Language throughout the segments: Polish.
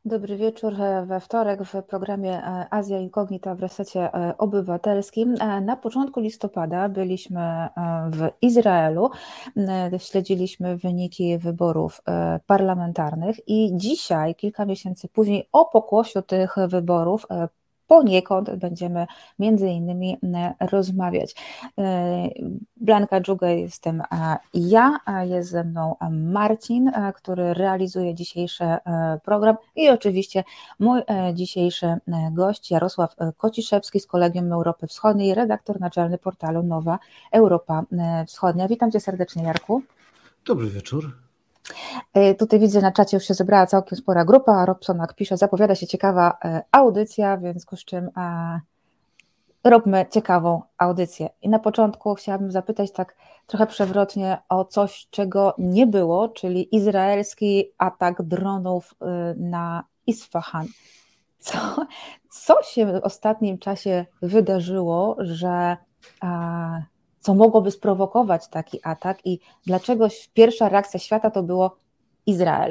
Dobry wieczór we wtorek w programie Azja Incognita w Resecie Obywatelskim. Na początku listopada byliśmy w Izraelu, śledziliśmy wyniki wyborów parlamentarnych i dzisiaj, kilka miesięcy później, o pokłosiu tych wyborów poniekąd będziemy między innymi rozmawiać. Blanka Dżuga jestem ja, a jest ze mną Marcin, który realizuje dzisiejszy program i oczywiście mój dzisiejszy gość Jarosław Kociszewski z Kolegium Europy Wschodniej, redaktor naczelny portalu Nowa Europa Wschodnia. Witam Cię serdecznie, Jarku. Dobry wieczór. Tutaj widzę, na czacie już się zebrała całkiem spora grupa, a Robsonak pisze, zapowiada się ciekawa audycja, w związku z czym robmy ciekawą audycję. I na początku chciałabym zapytać tak trochę przewrotnie o coś, czego nie było, czyli izraelski atak dronów na Isfahan. Co się w ostatnim czasie wydarzyło, że co mogłoby sprowokować taki atak i dlaczego pierwsza reakcja świata to było Izrael?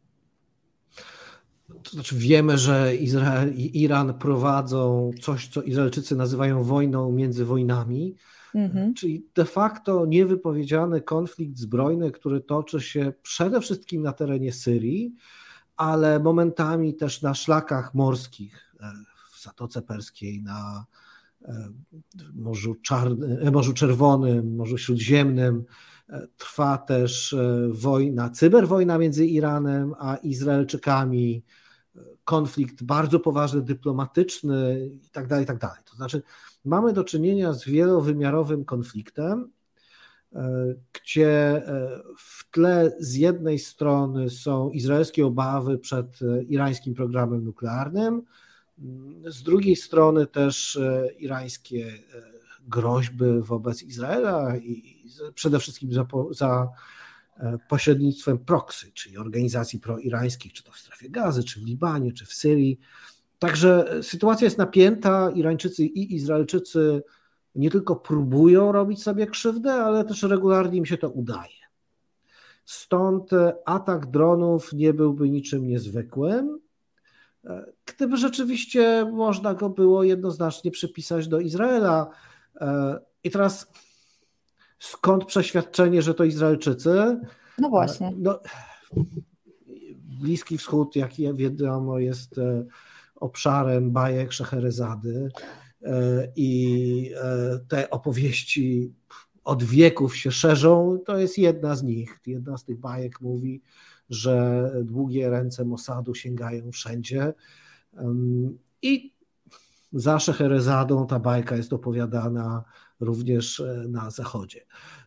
To znaczy wiemy, że Izrael i Iran prowadzą coś, co Izraelczycy nazywają wojną między wojnami, czyli de facto niewypowiedziany konflikt zbrojny, który toczy się przede wszystkim na terenie Syrii, ale momentami też na szlakach morskich w Zatoce Perskiej, na Morzu Czerwonym, Morzu Śródziemnym. Trwa też wojna, cyberwojna między Iranem a Izraelczykami, konflikt bardzo poważny, dyplomatyczny i tak dalej, i tak dalej. To znaczy mamy do czynienia z wielowymiarowym konfliktem, gdzie w tle z jednej strony są izraelskie obawy przed irańskim programem nuklearnym, z drugiej strony też irańskie groźby wobec Izraela i przede wszystkim za pośrednictwem proxy, czyli organizacji proirańskich, czy to w Strefie Gazy, czy w Libanie, czy w Syrii. Także sytuacja jest napięta, Irańczycy i Izraelczycy nie tylko próbują robić sobie krzywdę, ale też regularnie im się to udaje. Stąd atak dronów nie byłby niczym niezwykłym, gdyby rzeczywiście można go było jednoznacznie przypisać do Izraela. I teraz skąd przeświadczenie, że to Izraelczycy? No właśnie. Bliski Wschód, jak wiadomo, jest obszarem bajek Szeherezady i te opowieści od wieków się szerzą. To jest jedna z nich. Jedna z tych bajek mówi, że długie ręce Mossadu sięgają wszędzie i za Szeherezadą ta bajka jest opowiadana również na Zachodzie.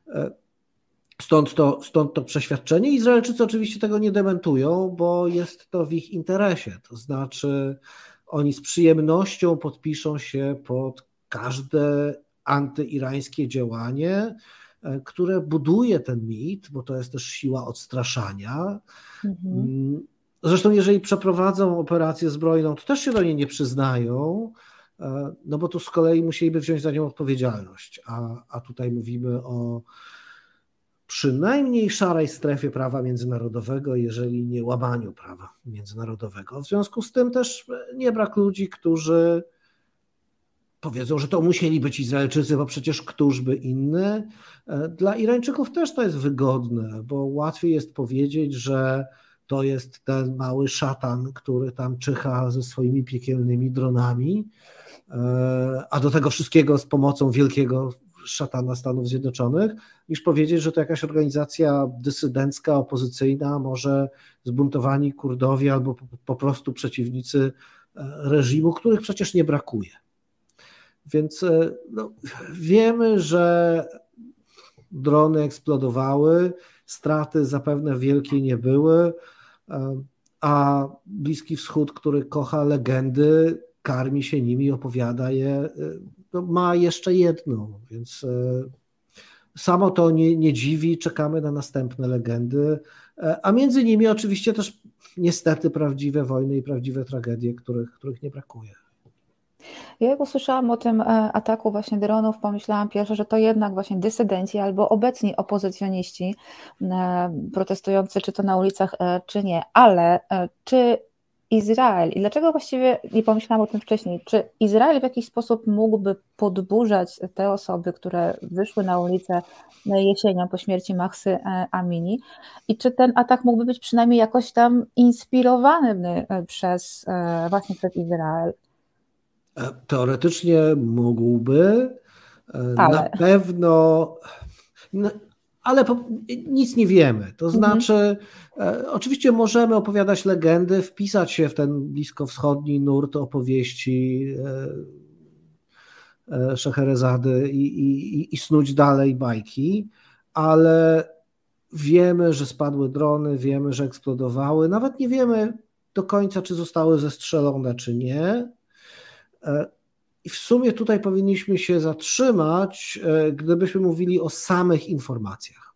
Stąd to przeświadczenie. Izraelczycy oczywiście tego nie dementują, bo jest to w ich interesie. To znaczy oni z przyjemnością podpiszą się pod każde antyirańskie działanie, które buduje ten mit, bo to jest też siła odstraszania. Zresztą jeżeli przeprowadzą operację zbrojną, to też się do niej nie przyznają, no bo tu z kolei musieliby wziąć za nią odpowiedzialność, a tutaj mówimy o przynajmniej szarej strefie prawa międzynarodowego, jeżeli nie łamaniu prawa międzynarodowego. W związku z tym też nie brak ludzi, którzy powiedzą, że to musieli być Izraelczycy, bo przecież któż by inny. Dla Irańczyków też to jest wygodne, bo łatwiej jest powiedzieć, że to jest ten mały szatan, który tam czyha ze swoimi piekielnymi dronami, a do tego wszystkiego z pomocą wielkiego szatana Stanów Zjednoczonych, niż powiedzieć, że to jakaś organizacja dysydencka, opozycyjna, może zbuntowani Kurdowie albo po prostu przeciwnicy reżimu, których przecież nie brakuje. Więc wiemy, że drony eksplodowały, straty zapewne wielkie nie były, a Bliski Wschód, który kocha legendy, karmi się nimi, opowiada je, ma jeszcze jedną, więc samo to nie dziwi, czekamy na następne legendy, a między nimi oczywiście też niestety prawdziwe wojny i prawdziwe tragedie, których nie brakuje. Ja jak usłyszałam o tym ataku właśnie dronów, pomyślałam pierwsze, że to jednak właśnie dysydenci albo obecni opozycjoniści protestujący, czy to na ulicach, czy nie, ale czy Izrael. I dlaczego właściwie nie pomyślałam o tym wcześniej? Czy Izrael w jakiś sposób mógłby podburzać te osoby, które wyszły na ulicę jesienią po śmierci Mahsy Amini? I czy ten atak mógłby być przynajmniej jakoś tam inspirowany właśnie przez Izrael? Teoretycznie mógłby, na Ale. pewno, no, ale nic nie wiemy. To znaczy, oczywiście możemy opowiadać legendy, wpisać się w ten bliskowschodni nurt opowieści Szeherezady i snuć dalej bajki, ale wiemy, że spadły drony, wiemy, że eksplodowały. Nawet nie wiemy do końca, czy zostały zestrzelone, czy nie. I w sumie tutaj powinniśmy się zatrzymać, gdybyśmy mówili o samych informacjach.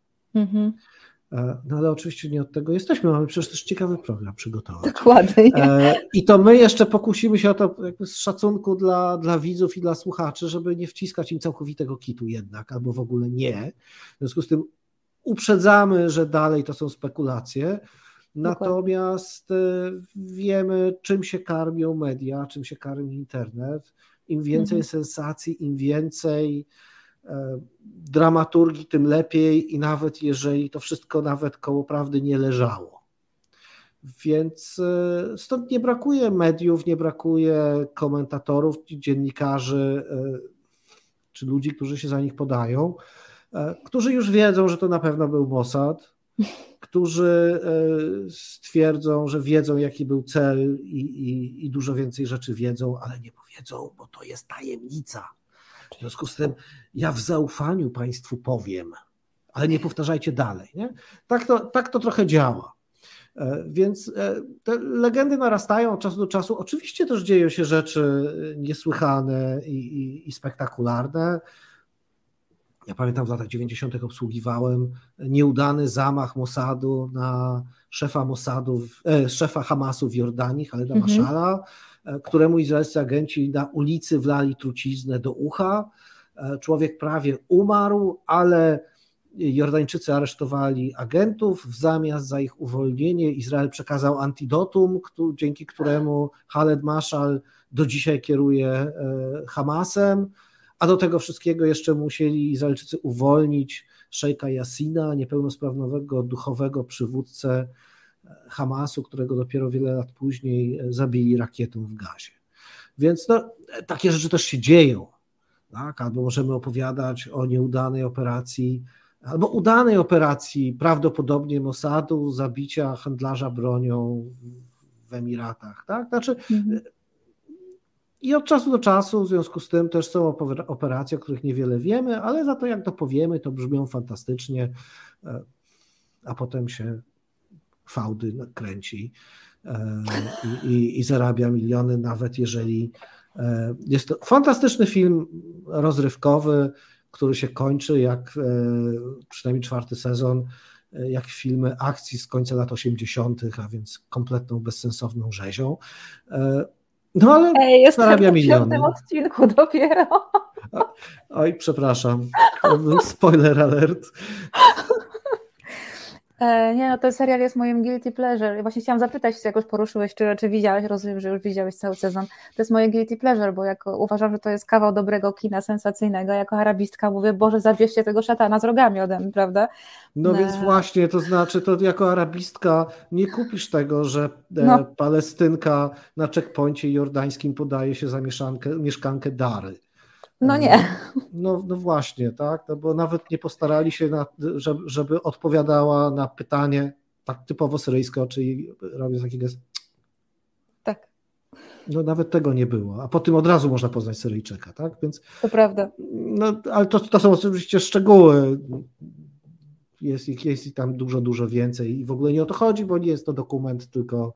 No ale oczywiście nie od tego jesteśmy, mamy przecież też ciekawy program przygotować. Dokładnie. I to my jeszcze pokusimy się o to jakby z szacunku dla widzów i dla słuchaczy, żeby nie wciskać im całkowitego kitu jednak, albo w ogóle nie. W związku z tym uprzedzamy, że dalej to są spekulacje, natomiast wiemy, czym się karmią media, czym się karmi internet. Im więcej sensacji, im więcej dramaturgii, tym lepiej i nawet jeżeli to wszystko nawet koło prawdy nie leżało. Więc stąd nie brakuje mediów, nie brakuje komentatorów, dziennikarzy czy ludzi, którzy się za nich podają, którzy już wiedzą, że to na pewno był Mossad, którzy stwierdzą, że wiedzą, jaki był cel i dużo więcej rzeczy wiedzą, ale nie powiedzą, bo to jest tajemnica. W związku z tym ja w zaufaniu Państwu powiem, ale nie powtarzajcie dalej. Nie? Tak to trochę działa. Więc te legendy narastają od czasu do czasu. Oczywiście też dzieją się rzeczy niesłychane i spektakularne. Ja pamiętam w latach 90. obsługiwałem nieudany zamach Mossadu na szefa Hamasu w Jordanii, Haleda Mashala, któremu izraelscy agenci na ulicy wlali truciznę do ucha. Człowiek prawie umarł, ale Jordańczycy aresztowali agentów. Zamiast za ich uwolnienie Izrael przekazał antidotum, dzięki któremu Khaled Mashal do dzisiaj kieruje Hamasem. A do tego wszystkiego jeszcze musieli Izraelczycy uwolnić szejka Yassina, niepełnosprawnego duchowego przywódcę Hamasu, którego dopiero wiele lat później zabili rakietą w Gazie. Więc takie rzeczy też się dzieją. Tak? Albo możemy opowiadać o nieudanej operacji, albo udanej operacji prawdopodobnie Mossadu, zabicia handlarza bronią w Emiratach. Tak? Znaczy, i od czasu do czasu w związku z tym też są operacje, o których niewiele wiemy, ale za to jak dopowiemy, to brzmią fantastycznie, a potem się fałdy kręci i zarabia miliony, nawet jeżeli jest to fantastyczny film rozrywkowy, który się kończy jak przynajmniej 4. sezon, jak filmy akcji z końca lat 80., a więc kompletną bezsensowną rzezią. No ale zarabia miliony. Jestem w 5. odcinku dopiero. Oj, przepraszam. Spoiler alert. Nie, no ten serial jest moim guilty pleasure. Właśnie chciałam zapytać, czy jakoś poruszyłeś, czy widziałeś, rozumiem, że już widziałeś cały sezon. To jest moje guilty pleasure, bo uważam, że to jest kawał dobrego kina sensacyjnego. Jako arabistka mówię, Boże, zabierzcie tego szatana z rogami ode mnie, prawda? No więc właśnie, to znaczy, to jako arabistka nie kupisz tego, że Palestynka na checkpoincie jordańskim podaje się za mieszkankę Dary. No nie. No właśnie, tak, no bo nawet nie postarali się, żeby odpowiadała na pytanie tak typowo syryjskie, czyli robiąc taki gest. Tak. No nawet tego nie było, a po tym od razu można poznać Syryjczyka, tak, więc... To prawda. No, ale to są oczywiście szczegóły, jest ich tam dużo, dużo więcej i w ogóle nie o to chodzi, bo nie jest to dokument, tylko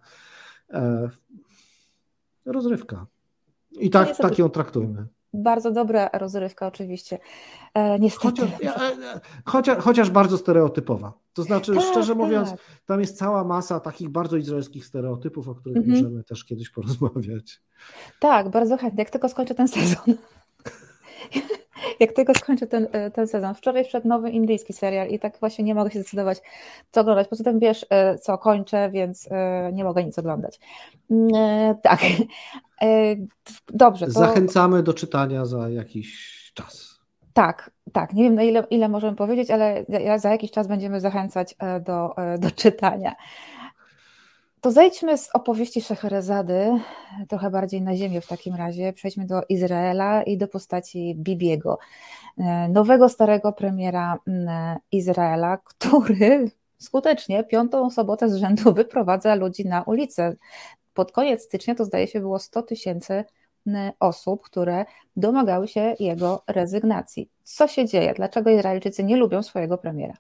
rozrywka. I tak ją traktujmy. Bardzo dobra rozrywka oczywiście. Niestety. Chociaż bardzo stereotypowa. To znaczy, szczerze mówiąc, tam jest cała masa takich bardzo izraelskich stereotypów, o których możemy też kiedyś porozmawiać. Tak, bardzo chętnie, jak tylko skończę ten sezon. jak tylko skończę ten sezon. Wczoraj wszedł nowy indyjski serial i tak właśnie nie mogę się zdecydować, co oglądać. Poza tym wiesz, co kończę, więc nie mogę nic oglądać. Tak. Dobrze. To... Zachęcamy do czytania za jakiś czas. Tak. Nie wiem, na ile możemy powiedzieć, ale za jakiś czas będziemy zachęcać do czytania. To zejdźmy z opowieści Szeherazady trochę bardziej na ziemię w takim razie. Przejdźmy do Izraela i do postaci Bibiego, nowego, starego premiera Izraela, który skutecznie 5. sobotę z rzędu wyprowadza ludzi na ulicę. Pod koniec stycznia to zdaje się było 100 000 osób, które domagały się jego rezygnacji. Co się dzieje? Dlaczego Izraelczycy nie lubią swojego premiera?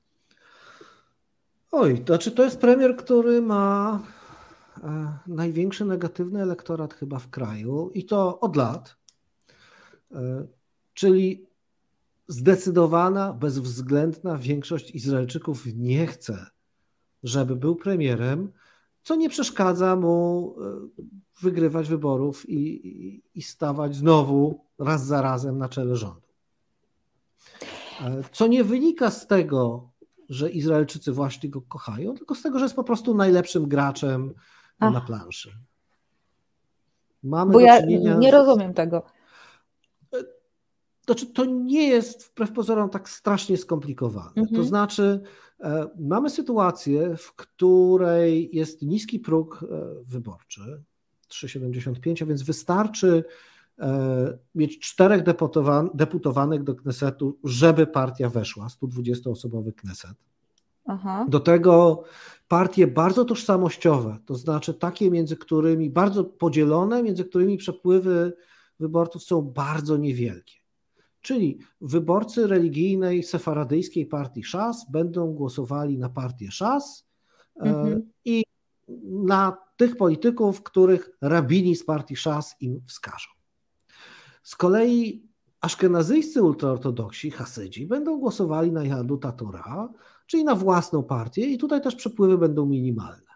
To jest premier, który ma największy negatywny elektorat chyba w kraju i to od lat, czyli zdecydowana, bezwzględna większość Izraelczyków nie chce, żeby był premierem, co nie przeszkadza mu wygrywać wyborów i stawać znowu raz za razem na czele rządu. Co nie wynika z tego, że Izraelczycy właśnie go kochają, tylko z tego, że jest po prostu najlepszym graczem na planszy. Mamy Bo do ja czynienia nie rozumiem tego. To nie jest wbrew pozorom tak strasznie skomplikowane. To znaczy mamy sytuację, w której jest niski próg wyborczy, 3,75, a więc wystarczy mieć 4 deputowanych do Knesetu, żeby partia weszła, 120-osobowy Kneset. Do tego partie bardzo tożsamościowe, to znaczy takie, między którymi, bardzo podzielone, między którymi przepływy wyborców są bardzo niewielkie. Czyli wyborcy religijnej sefaradyjskiej partii Szas będą głosowali na partię Szas i na tych polityków, których rabini z partii Szas im wskażą. Z kolei aszkenazyjscy ultraortodoksi, Hasydzi, będą głosowali na Jahaduta Torah, czyli na własną partię i tutaj też przepływy będą minimalne.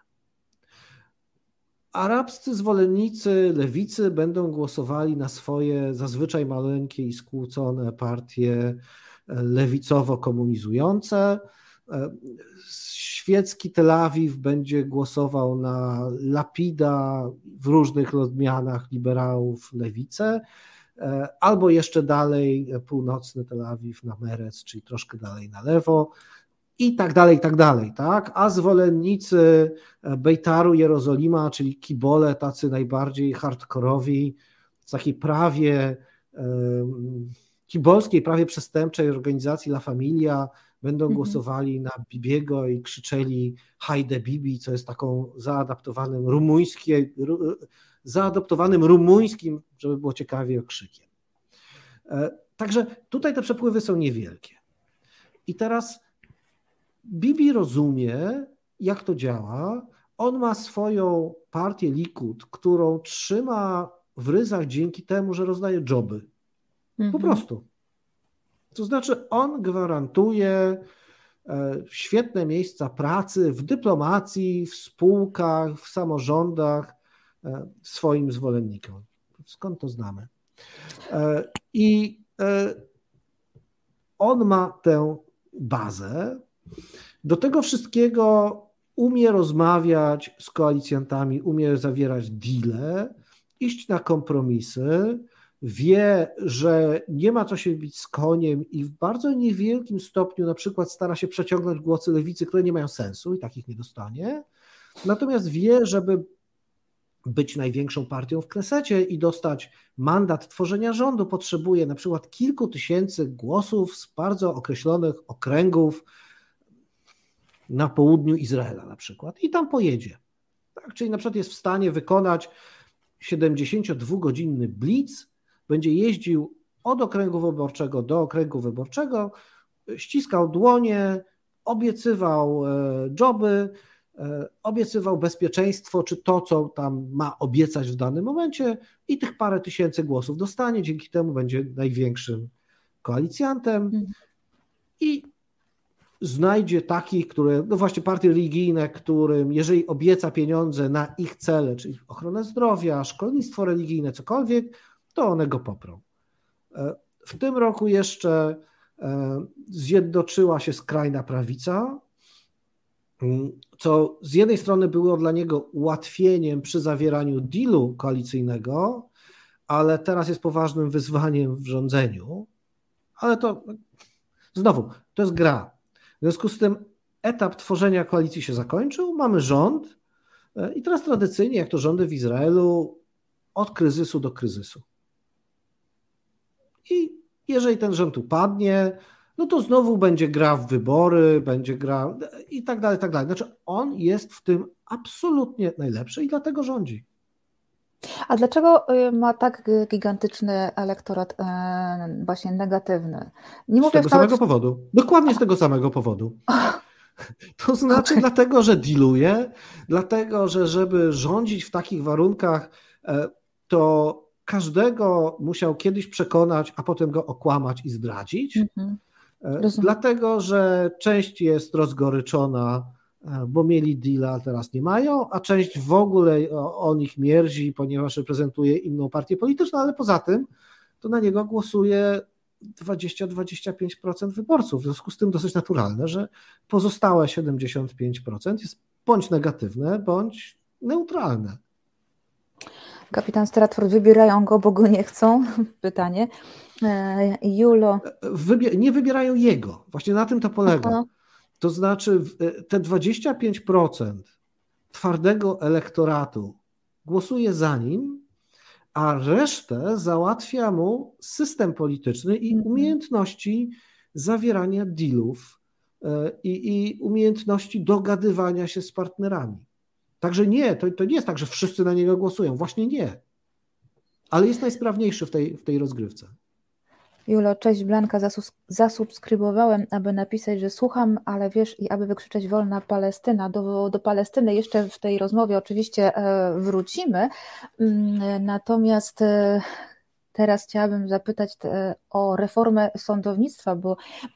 Arabscy zwolennicy lewicy będą głosowali na swoje zazwyczaj maleńkie i skłócone partie lewicowo-komunizujące. Świecki Tel Awiw będzie głosował na Lapida, w różnych odmianach liberałów lewicę, albo jeszcze dalej północny Tel Awiw na Merec, czyli troszkę dalej na lewo. I tak dalej, tak? A zwolennicy Bejtaru Jerozolima, czyli kibole, tacy najbardziej hardkorowi, z takiej prawie kibolskiej, prawie przestępczej organizacji La Familia, będą głosowali na Bibiego i krzyczeli Hajde Bibi, co jest taką zaadoptowanym rumuńskim, żeby było ciekawie, okrzykiem. Także tutaj te przepływy są niewielkie. I teraz Bibi rozumie, jak to działa. On ma swoją partię Likud, którą trzyma w ryzach dzięki temu, że rozdaje joby. Po prostu. To znaczy on gwarantuje świetne miejsca pracy w dyplomacji, w spółkach, w samorządach swoim zwolennikom. Skąd to znamy? I on ma tę bazę. Do tego wszystkiego umie rozmawiać z koalicjantami, umie zawierać deale, iść na kompromisy, wie, że nie ma co się bić z koniem i w bardzo niewielkim stopniu na przykład stara się przeciągnąć głosy lewicy, które nie mają sensu i takich nie dostanie. Natomiast wie, żeby być największą partią w Knesecie i dostać mandat tworzenia rządu, potrzebuje na przykład kilku tysięcy głosów z bardzo określonych okręgów na południu Izraela na przykład i tam pojedzie. Tak? Czyli na przykład jest w stanie wykonać 72-godzinny blitz, będzie jeździł od okręgu wyborczego do okręgu wyborczego, ściskał dłonie, obiecywał joby, obiecywał bezpieczeństwo, czy to, co tam ma obiecać w danym momencie i tych parę tysięcy głosów dostanie, dzięki temu będzie największym koalicjantem i znajdzie takich, które, no właśnie partie religijne, którym jeżeli obieca pieniądze na ich cele, czyli ochronę zdrowia, szkolnictwo religijne, cokolwiek, to one go poprą. W tym roku jeszcze zjednoczyła się skrajna prawica, co z jednej strony było dla niego ułatwieniem przy zawieraniu dealu koalicyjnego, ale teraz jest poważnym wyzwaniem w rządzeniu. Ale to znowu, to jest gra. W związku z tym etap tworzenia koalicji się zakończył, mamy rząd i teraz tradycyjnie, jak to rządy w Izraelu, od kryzysu do kryzysu. I jeżeli ten rząd upadnie, no to znowu będzie gra w wybory, będzie gra i tak dalej, i tak dalej. Znaczy on jest w tym absolutnie najlepszy i dlatego rządzi. A dlaczego ma tak gigantyczny elektorat właśnie negatywny? Nie z tego samego powodu. Dokładnie z tego samego powodu. To znaczy dlatego, że dealuje, dlatego, że żeby rządzić w takich warunkach, to każdego musiał kiedyś przekonać, a potem go okłamać i zdradzić. Dlatego, że część jest rozgoryczona, bo mieli deala, a teraz nie mają, a część w ogóle o nich mierzi, ponieważ reprezentuje inną partię polityczną, ale poza tym to na niego głosuje 20-25% wyborców. W związku z tym dosyć naturalne, że pozostałe 75% jest bądź negatywne, bądź neutralne. Kapitan Stratford, wybierają go, bo go nie chcą? Pytanie. Julo. Nie wybierają jego. Właśnie na tym to polega. Aha. To znaczy te 25% twardego elektoratu głosuje za nim, a resztę załatwia mu system polityczny i umiejętności zawierania dealów i umiejętności dogadywania się z partnerami. Także nie, to nie jest tak, że wszyscy na niego głosują. Właśnie nie. Ale jest najsprawniejszy w tej rozgrywce. Julo, cześć, Blanka, zasubskrybowałem, aby napisać, że słucham, ale wiesz, i aby wykrzyczeć wolna Palestyna. Do Palestyny jeszcze w tej rozmowie oczywiście wrócimy, natomiast teraz chciałabym zapytać o reformę sądownictwa, bo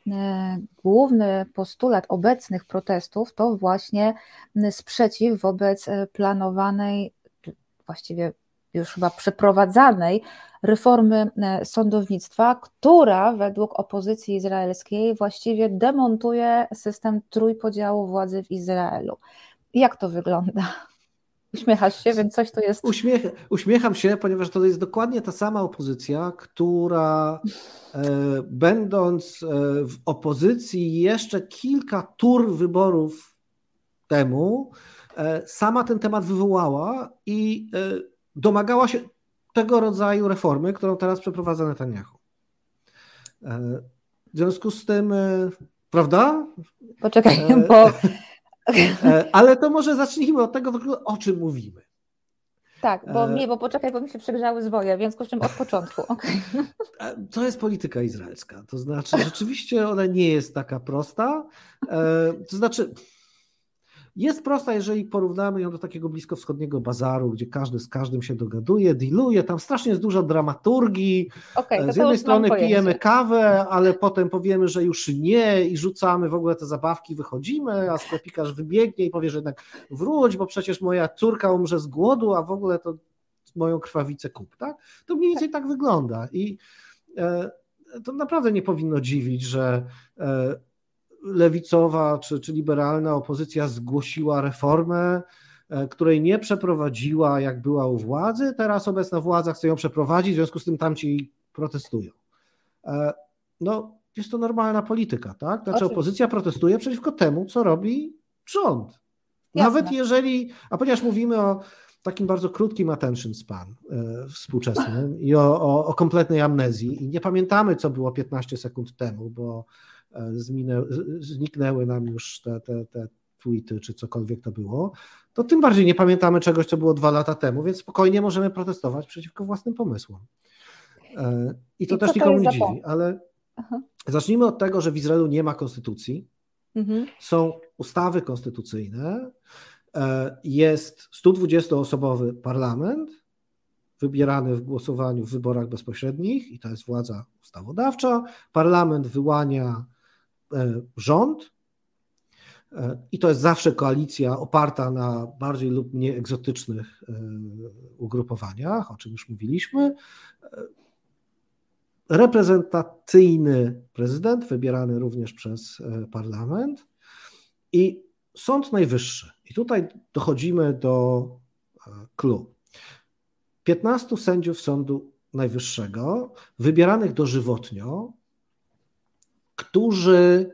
główny postulat obecnych protestów to właśnie sprzeciw wobec planowanej, właściwie już chyba przeprowadzanej reformy sądownictwa, która według opozycji izraelskiej właściwie demontuje system trójpodziału władzy w Izraelu. Jak to wygląda? Uśmiechasz się, więc coś to jest... Uśmiecham się, ponieważ to jest dokładnie ta sama opozycja, która będąc w opozycji jeszcze kilka tur wyborów temu, sama ten temat wywołała i domagała się tego rodzaju reformy, którą teraz przeprowadza Netanyahu. W związku z tym, prawda? Poczekaj, bo... Ale to może zacznijmy od tego, o czym mówimy. Tak, bo poczekaj, bo mi się przegrzały zwoje, w związku z czym od początku. Okay. To jest polityka izraelska, to znaczy rzeczywiście ona nie jest taka prosta, to znaczy jest prosta, jeżeli porównamy ją do takiego bliskowschodniego bazaru, gdzie każdy z każdym się dogaduje, dealuje, tam strasznie jest dużo dramaturgii, z jednej strony pijemy kawę, ale potem powiemy, że już nie i rzucamy w ogóle te zabawki, wychodzimy, a sklepikarz wybiegnie i powie, że jednak wróć, bo przecież moja córka umrze z głodu, a w ogóle to moją krwawicę kup, tak? To mniej więcej tak wygląda i to naprawdę nie powinno dziwić, że lewicowa czy liberalna opozycja zgłosiła reformę, której nie przeprowadziła, jak była u władzy. Teraz obecna władza chce ją przeprowadzić, w związku z tym tamci protestują. No, jest to normalna polityka, tak? Znaczy opozycja protestuje przeciwko temu, co robi rząd. Jasne. Nawet jeżeli, a ponieważ mówimy o takim bardzo krótkim attention span współczesnym i o kompletnej amnezji i nie pamiętamy, co było 15 sekund temu, bo zniknęły nam już te tweety, czy cokolwiek to było, to tym bardziej nie pamiętamy czegoś, co było 2 lata temu, więc spokojnie możemy protestować przeciwko własnym pomysłom. I to też nikomu nie dziwi, ale zacznijmy od tego, że w Izraelu nie ma konstytucji, są ustawy konstytucyjne, jest 120-osobowy parlament, wybierany w głosowaniu w wyborach bezpośrednich i to jest władza ustawodawcza, parlament wyłania rząd i to jest zawsze koalicja oparta na bardziej lub mniej egzotycznych ugrupowaniach, o czym już mówiliśmy. reprezentacyjny prezydent, wybierany również przez parlament i Sąd Najwyższy. I tutaj dochodzimy do clou. 15 sędziów Sądu Najwyższego, wybieranych dożywotnio, którzy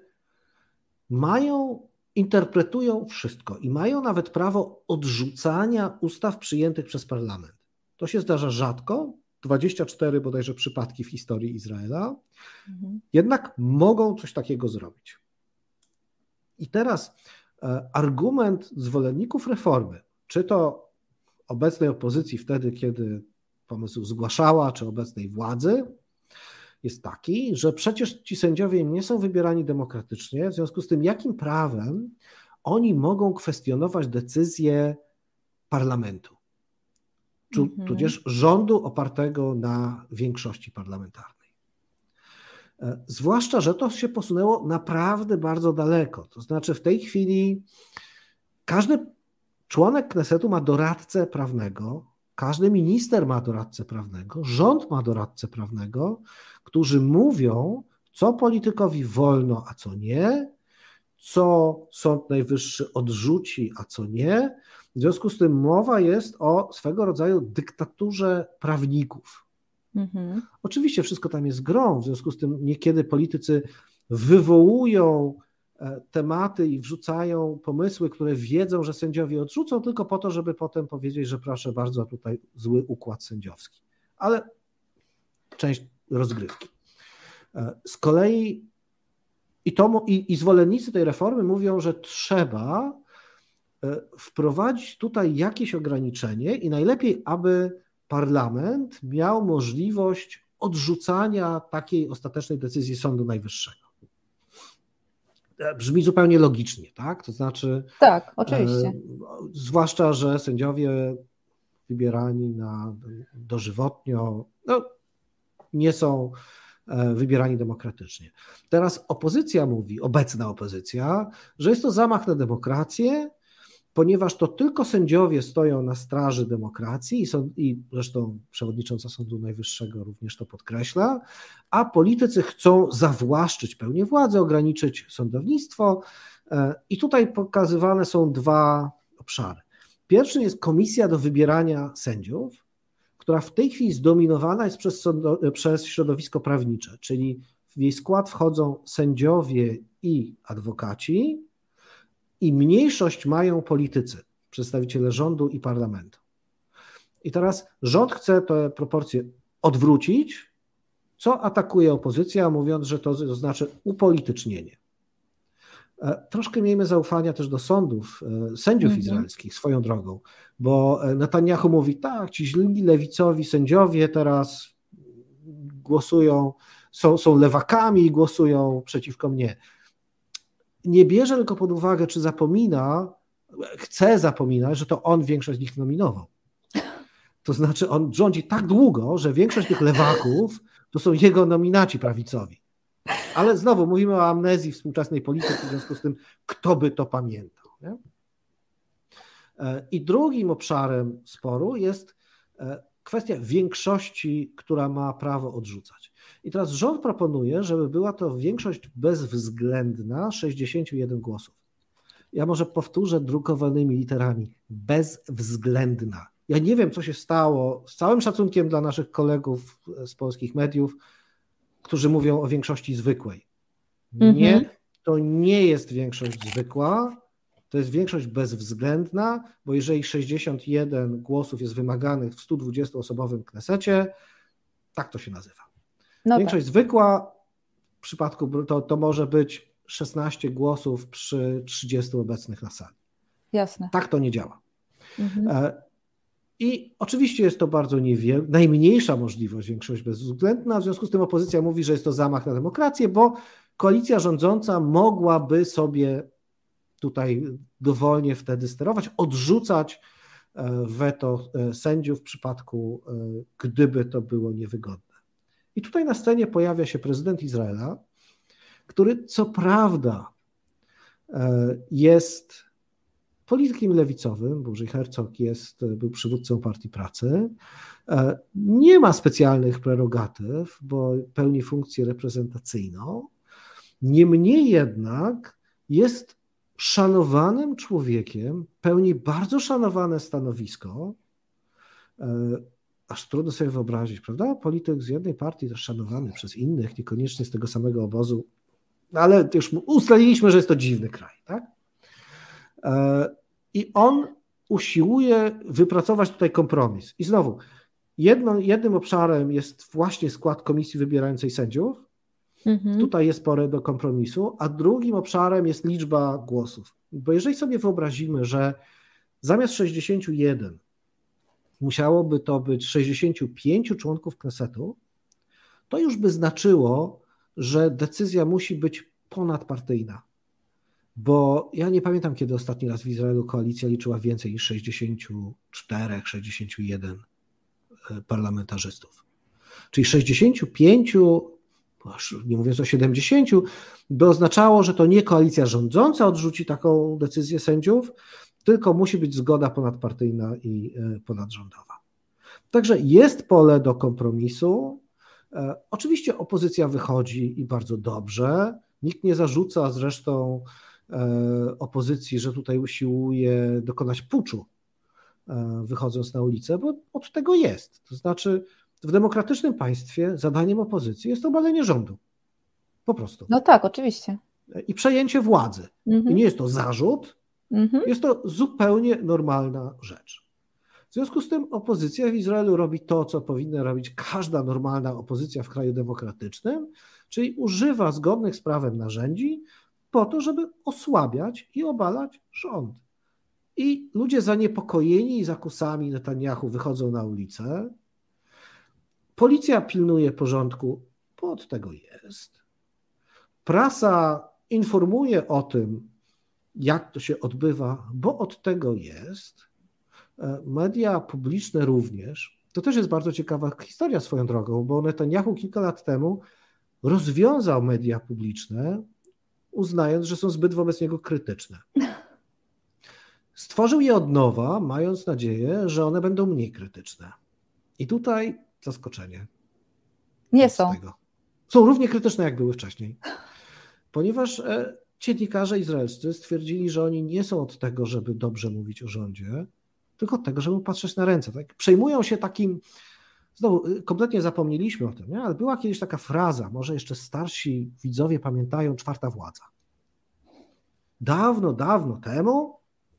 interpretują wszystko i mają nawet prawo odrzucania ustaw przyjętych przez parlament. To się zdarza rzadko, 24 bodajże przypadki w historii Izraela, jednak mogą coś takiego zrobić. I teraz argument zwolenników reformy, czy to obecnej opozycji wtedy, kiedy pomysł zgłaszała, czy obecnej władzy, jest taki, że przecież ci sędziowie nie są wybierani demokratycznie, w związku z tym jakim prawem oni mogą kwestionować decyzje parlamentu, tudzież rządu opartego na większości parlamentarnej. Zwłaszcza, że to się posunęło naprawdę bardzo daleko. To znaczy w tej chwili każdy członek Knesetu ma doradcę prawnego, każdy minister ma doradcę prawnego, rząd ma doradcę prawnego, którzy mówią, co politykowi wolno, a co nie, co Sąd Najwyższy odrzuci, a co nie. W związku z tym mowa jest o swego rodzaju dyktaturze prawników. Oczywiście wszystko tam jest grą, w związku z tym niekiedy politycy wywołują tematy i wrzucają pomysły, które wiedzą, że sędziowie odrzucą, tylko po to, żeby potem powiedzieć, że proszę bardzo, tutaj zły układ sędziowski. Ale część rozgrywki. Z kolei i zwolennicy tej reformy mówią, że trzeba wprowadzić tutaj jakieś ograniczenie i najlepiej, aby parlament miał możliwość odrzucania takiej ostatecznej decyzji Sądu Najwyższego. Brzmi zupełnie logicznie, tak? To znaczy. Tak, oczywiście. Zwłaszcza, że sędziowie wybierani na dożywotnio nie są wybierani demokratycznie. Teraz opozycja mówi, obecna opozycja, że jest to zamach na demokrację, ponieważ to tylko sędziowie stoją na straży demokracji i zresztą przewodnicząca Sądu Najwyższego również to podkreśla, a politycy chcą zawłaszczyć pełnię władzy, ograniczyć sądownictwo i tutaj pokazywane są dwa obszary. Pierwszy jest komisja do wybierania sędziów, która w tej chwili zdominowana jest przez środowisko prawnicze, czyli w jej skład wchodzą sędziowie i adwokaci, i mniejszość mają politycy, przedstawiciele rządu i parlamentu. I teraz rząd chce te proporcje odwrócić, co atakuje opozycja, mówiąc, że to znaczy upolitycznienie. Troszkę miejmy zaufania też do sądów, sędziów izraelskich swoją drogą, bo Netanjahu mówi, tak, ci źli lewicowi sędziowie teraz głosują, są lewakami i głosują przeciwko mnie. Nie bierze tylko pod uwagę, czy chce zapominać, że to on większość z nich nominował. To znaczy on rządzi tak długo, że większość tych lewaków to są jego nominaci prawicowi. Ale znowu mówimy o amnezji współczesnej polityki, w związku z tym kto by to pamiętał. Nie? I drugim obszarem sporu jest kwestia większości, która ma prawo odrzucać. I teraz rząd proponuje, żeby była to większość bezwzględna 61 głosów. Ja może powtórzę drukowanymi literami. Bezwzględna. Ja nie wiem, co się stało, z całym szacunkiem dla naszych kolegów z polskich mediów, którzy mówią o większości zwykłej. Nie, to nie jest większość zwykła, to jest większość bezwzględna, bo jeżeli 61 głosów jest wymaganych w 120-osobowym Knesecie, tak to się nazywa. Większość zwykła w przypadku to może być 16 głosów przy 30 obecnych na sali. Jasne. Tak to nie działa. I oczywiście jest to bardzo najmniejsza możliwość, większość bezwzględna, w związku z tym opozycja mówi, że jest to zamach na demokrację, bo koalicja rządząca mogłaby sobie tutaj dowolnie wtedy sterować, odrzucać weto sędziów w przypadku, gdyby to było niewygodne. I tutaj na scenie pojawia się prezydent Izraela, który co prawda jest politykiem lewicowym, Bożej Herzog był przywódcą Partii Pracy, nie ma specjalnych prerogatyw, bo pełni funkcję reprezentacyjną, niemniej jednak jest szanowanym człowiekiem, pełni bardzo szanowane stanowisko, aż trudno sobie wyobrazić, prawda? Polityk z jednej partii też szanowany przez innych, niekoniecznie z tego samego obozu, ale już ustaliliśmy, że jest to dziwny kraj, tak? I on usiłuje wypracować tutaj kompromis. I znowu, jednym obszarem jest właśnie skład komisji wybierającej sędziów. Tutaj jest pole do kompromisu, a drugim obszarem jest liczba głosów. Bo jeżeli sobie wyobrazimy, że zamiast 61 musiałoby to być 65 członków Knesetu, to już by znaczyło, że decyzja musi być ponadpartyjna. Bo ja nie pamiętam, kiedy ostatni raz w Izraelu koalicja liczyła więcej niż 64, 61 parlamentarzystów. Czyli 65, nie mówiąc o 70, by oznaczało, że to nie koalicja rządząca odrzuci taką decyzję sędziów, tylko musi być zgoda ponadpartyjna i ponadrządowa. Także jest pole do kompromisu. Oczywiście opozycja wychodzi i bardzo dobrze. Nikt nie zarzuca zresztą opozycji, że tutaj usiłuje dokonać puczu, wychodząc na ulicę, bo od tego jest. To znaczy w demokratycznym państwie zadaniem opozycji jest obalenie rządu. Po prostu. No tak, oczywiście. I przejęcie władzy. I nie jest to zarzut, jest to zupełnie normalna rzecz. W związku z tym opozycja w Izraelu robi to, co powinna robić każda normalna opozycja w kraju demokratycznym, czyli używa zgodnych z prawem narzędzi po to, żeby osłabiać i obalać rząd. I ludzie zaniepokojeni zakusami Netanjahu wychodzą na ulicę. Policja pilnuje porządku, bo od tego jest. Prasa informuje o tym, jak to się odbywa, bo od tego jest. Media publiczne również. To też jest bardzo ciekawa historia swoją drogą, bo Netanjahu kilka lat temu rozwiązał media publiczne, uznając, że są zbyt wobec niego krytyczne. Stworzył je od nowa, mając nadzieję, że one będą mniej krytyczne. I tutaj zaskoczenie. Nie są. Są równie krytyczne, jak były wcześniej. Ponieważ dziennikarze izraelscy stwierdzili, że oni nie są od tego, żeby dobrze mówić o rządzie, tylko od tego, żeby patrzeć na ręce. Tak? Przejmują się takim, znowu kompletnie zapomnieliśmy o tym, nie? Ale była kiedyś taka fraza, może jeszcze starsi widzowie pamiętają, czwarta władza. Dawno, dawno temu,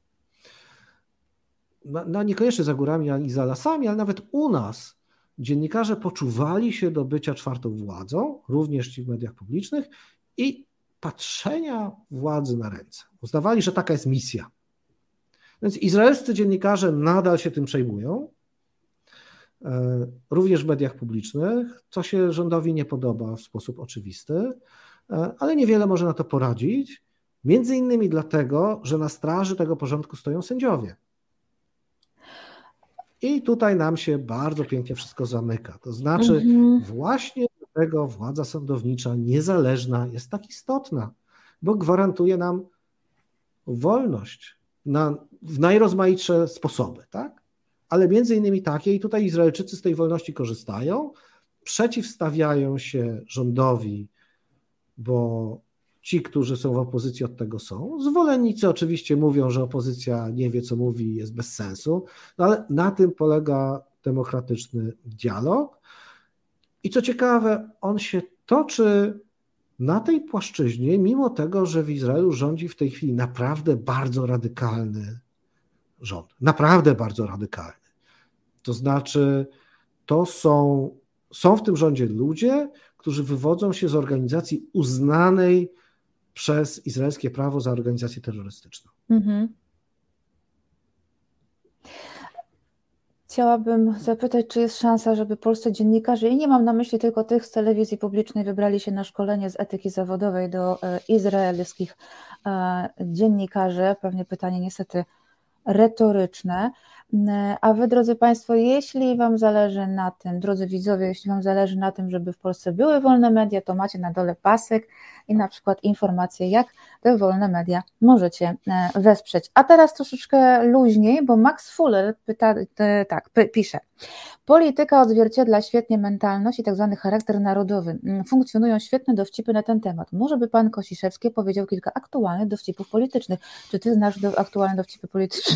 niekoniecznie za górami i za lasami, ale nawet u nas dziennikarze poczuwali się do bycia czwartą władzą, również ci w mediach publicznych, i patrzenia władzy na ręce. Uznawali, że taka jest misja. Więc izraelscy dziennikarze nadal się tym przejmują, również w mediach publicznych, co się rządowi nie podoba w sposób oczywisty, ale niewiele może na to poradzić, między innymi dlatego, że na straży tego porządku stoją sędziowie. I tutaj nam się bardzo pięknie wszystko zamyka. To znaczy właśnie dlatego władza sądownicza niezależna jest tak istotna, bo gwarantuje nam wolność w najrozmaitsze sposoby, tak? Ale między innymi takie, i tutaj Izraelczycy z tej wolności korzystają, przeciwstawiają się rządowi, bo ci, którzy są w opozycji, od tego są. Zwolennicy oczywiście mówią, że opozycja nie wie, co mówi, jest bez sensu, no ale na tym polega demokratyczny dialog. I co ciekawe, on się toczy na tej płaszczyźnie, mimo tego, że w Izraelu rządzi w tej chwili naprawdę bardzo radykalny rząd. Naprawdę bardzo radykalny. To znaczy, są w tym rządzie ludzie, którzy wywodzą się z organizacji uznanej przez izraelskie prawo za organizację terrorystyczną. Chciałabym zapytać, czy jest szansa, żeby polscy dziennikarze, i nie mam na myśli tylko tych z telewizji publicznej, wybrali się na szkolenie z etyki zawodowej do izraelskich dziennikarzy. Pewnie pytanie niestety retoryczne. A wy, drodzy Państwo, jeśli Wam zależy na tym, drodzy widzowie, jeśli Wam zależy na tym, żeby w Polsce były wolne media, to macie na dole pasek i na przykład informacje, jak te wolne media możecie wesprzeć. A teraz troszeczkę luźniej, bo Max Fuller pisze. Polityka odzwierciedla świetnie mentalność i tak zwany charakter narodowy. Funkcjonują świetne dowcipy na ten temat. Może by pan Kosiszewski powiedział kilka aktualnych dowcipów politycznych. Czy ty znasz aktualne dowcipy polityczne?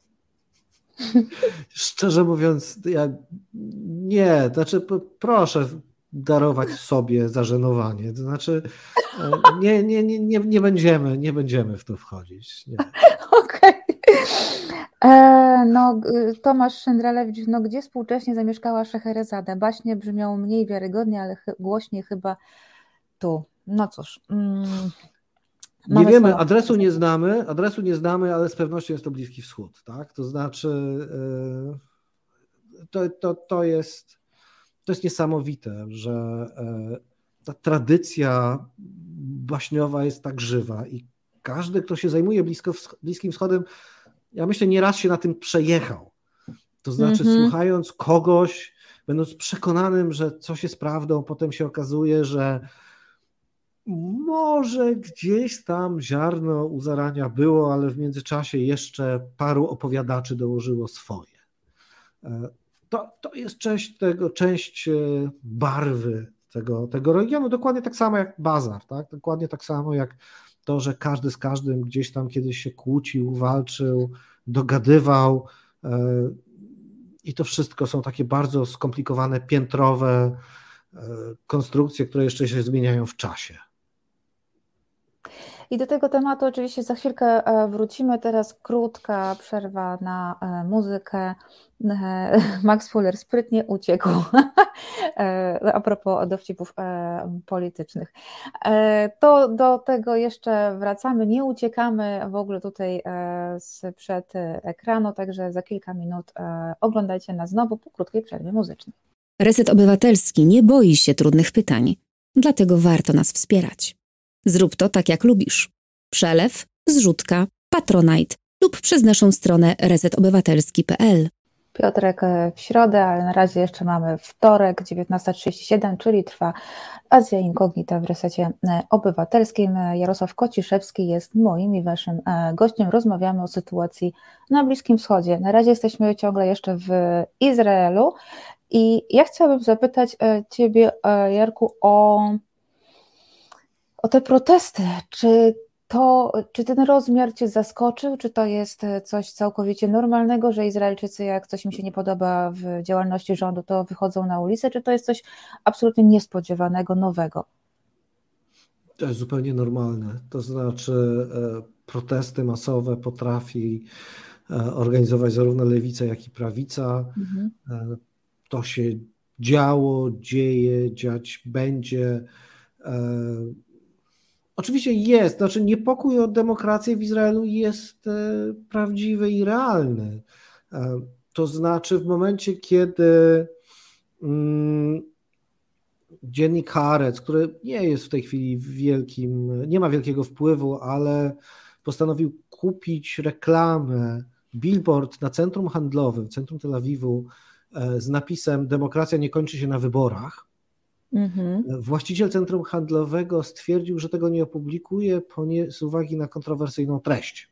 Szczerze mówiąc, ja nie, znaczy proszę darować sobie zażenowanie, to znaczy nie będziemy w to wchodzić. Okej. No, Tomasz Szyndralewicz, no gdzie współcześnie zamieszkała Szeherezada? Baśnie brzmią mniej wiarygodnie, ale głośniej chyba tu. No cóż. Nie wiemy, adresu nie znamy, ale z pewnością jest to Bliski Wschód, tak? To znaczy to jest niesamowite, że ta tradycja baśniowa jest tak żywa i każdy, kto się zajmuje Bliskim Wschodem, ja myślę, nieraz się na tym przejechał. To znaczy słuchając kogoś, będąc przekonanym, że coś jest prawdą, potem się okazuje, że może gdzieś tam ziarno u zarania było, ale w międzyczasie jeszcze paru opowiadaczy dołożyło swoje. To jest część barwy tego regionu, dokładnie tak samo jak bazar, tak? Dokładnie tak samo jak to, że każdy z każdym gdzieś tam kiedyś się kłócił, walczył, dogadywał i to wszystko są takie bardzo skomplikowane, piętrowe konstrukcje, które jeszcze się zmieniają w czasie. I do tego tematu oczywiście za chwilkę wrócimy. Teraz krótka przerwa na muzykę. Max Fuller sprytnie uciekł a propos dowcipów politycznych. To do tego jeszcze wracamy. Nie uciekamy w ogóle tutaj sprzed ekranu, także za kilka minut oglądajcie nas znowu po krótkiej przerwie muzycznej. Reset Obywatelski nie boi się trudnych pytań, dlatego warto nas wspierać. Zrób to tak, jak lubisz. Przelew, zrzutka, Patronite lub przez naszą stronę resetobywatelski.pl. Piotrek w środę, ale na razie jeszcze mamy wtorek, 19:37, czyli trwa Azja Inkognita w Resecie Obywatelskim. Jarosław Kociszewski jest moim i waszym gościem. Rozmawiamy o sytuacji na Bliskim Wschodzie. Na razie jesteśmy ciągle jeszcze w Izraelu i ja chciałabym zapytać ciebie, Jarku, o te protesty. Czy ten rozmiar cię zaskoczył? Czy to jest coś całkowicie normalnego, że Izraelczycy, jak coś im się nie podoba w działalności rządu, to wychodzą na ulicę? Czy to jest coś absolutnie niespodziewanego, nowego? To jest zupełnie normalne. To znaczy protesty masowe potrafi organizować zarówno lewica, jak i prawica. To się działo, dzieje, dziać będzie. Oczywiście jest, znaczy niepokój o demokrację w Izraelu jest prawdziwy i realny. To znaczy w momencie, kiedy dziennik Haaretz, który nie jest w tej chwili nie ma wielkiego wpływu, ale postanowił kupić reklamę, billboard na centrum handlowym, centrum Tel Awiwu z napisem "Demokracja nie kończy się na wyborach". Właściciel centrum handlowego stwierdził, że tego nie opublikuje z uwagi na kontrowersyjną treść.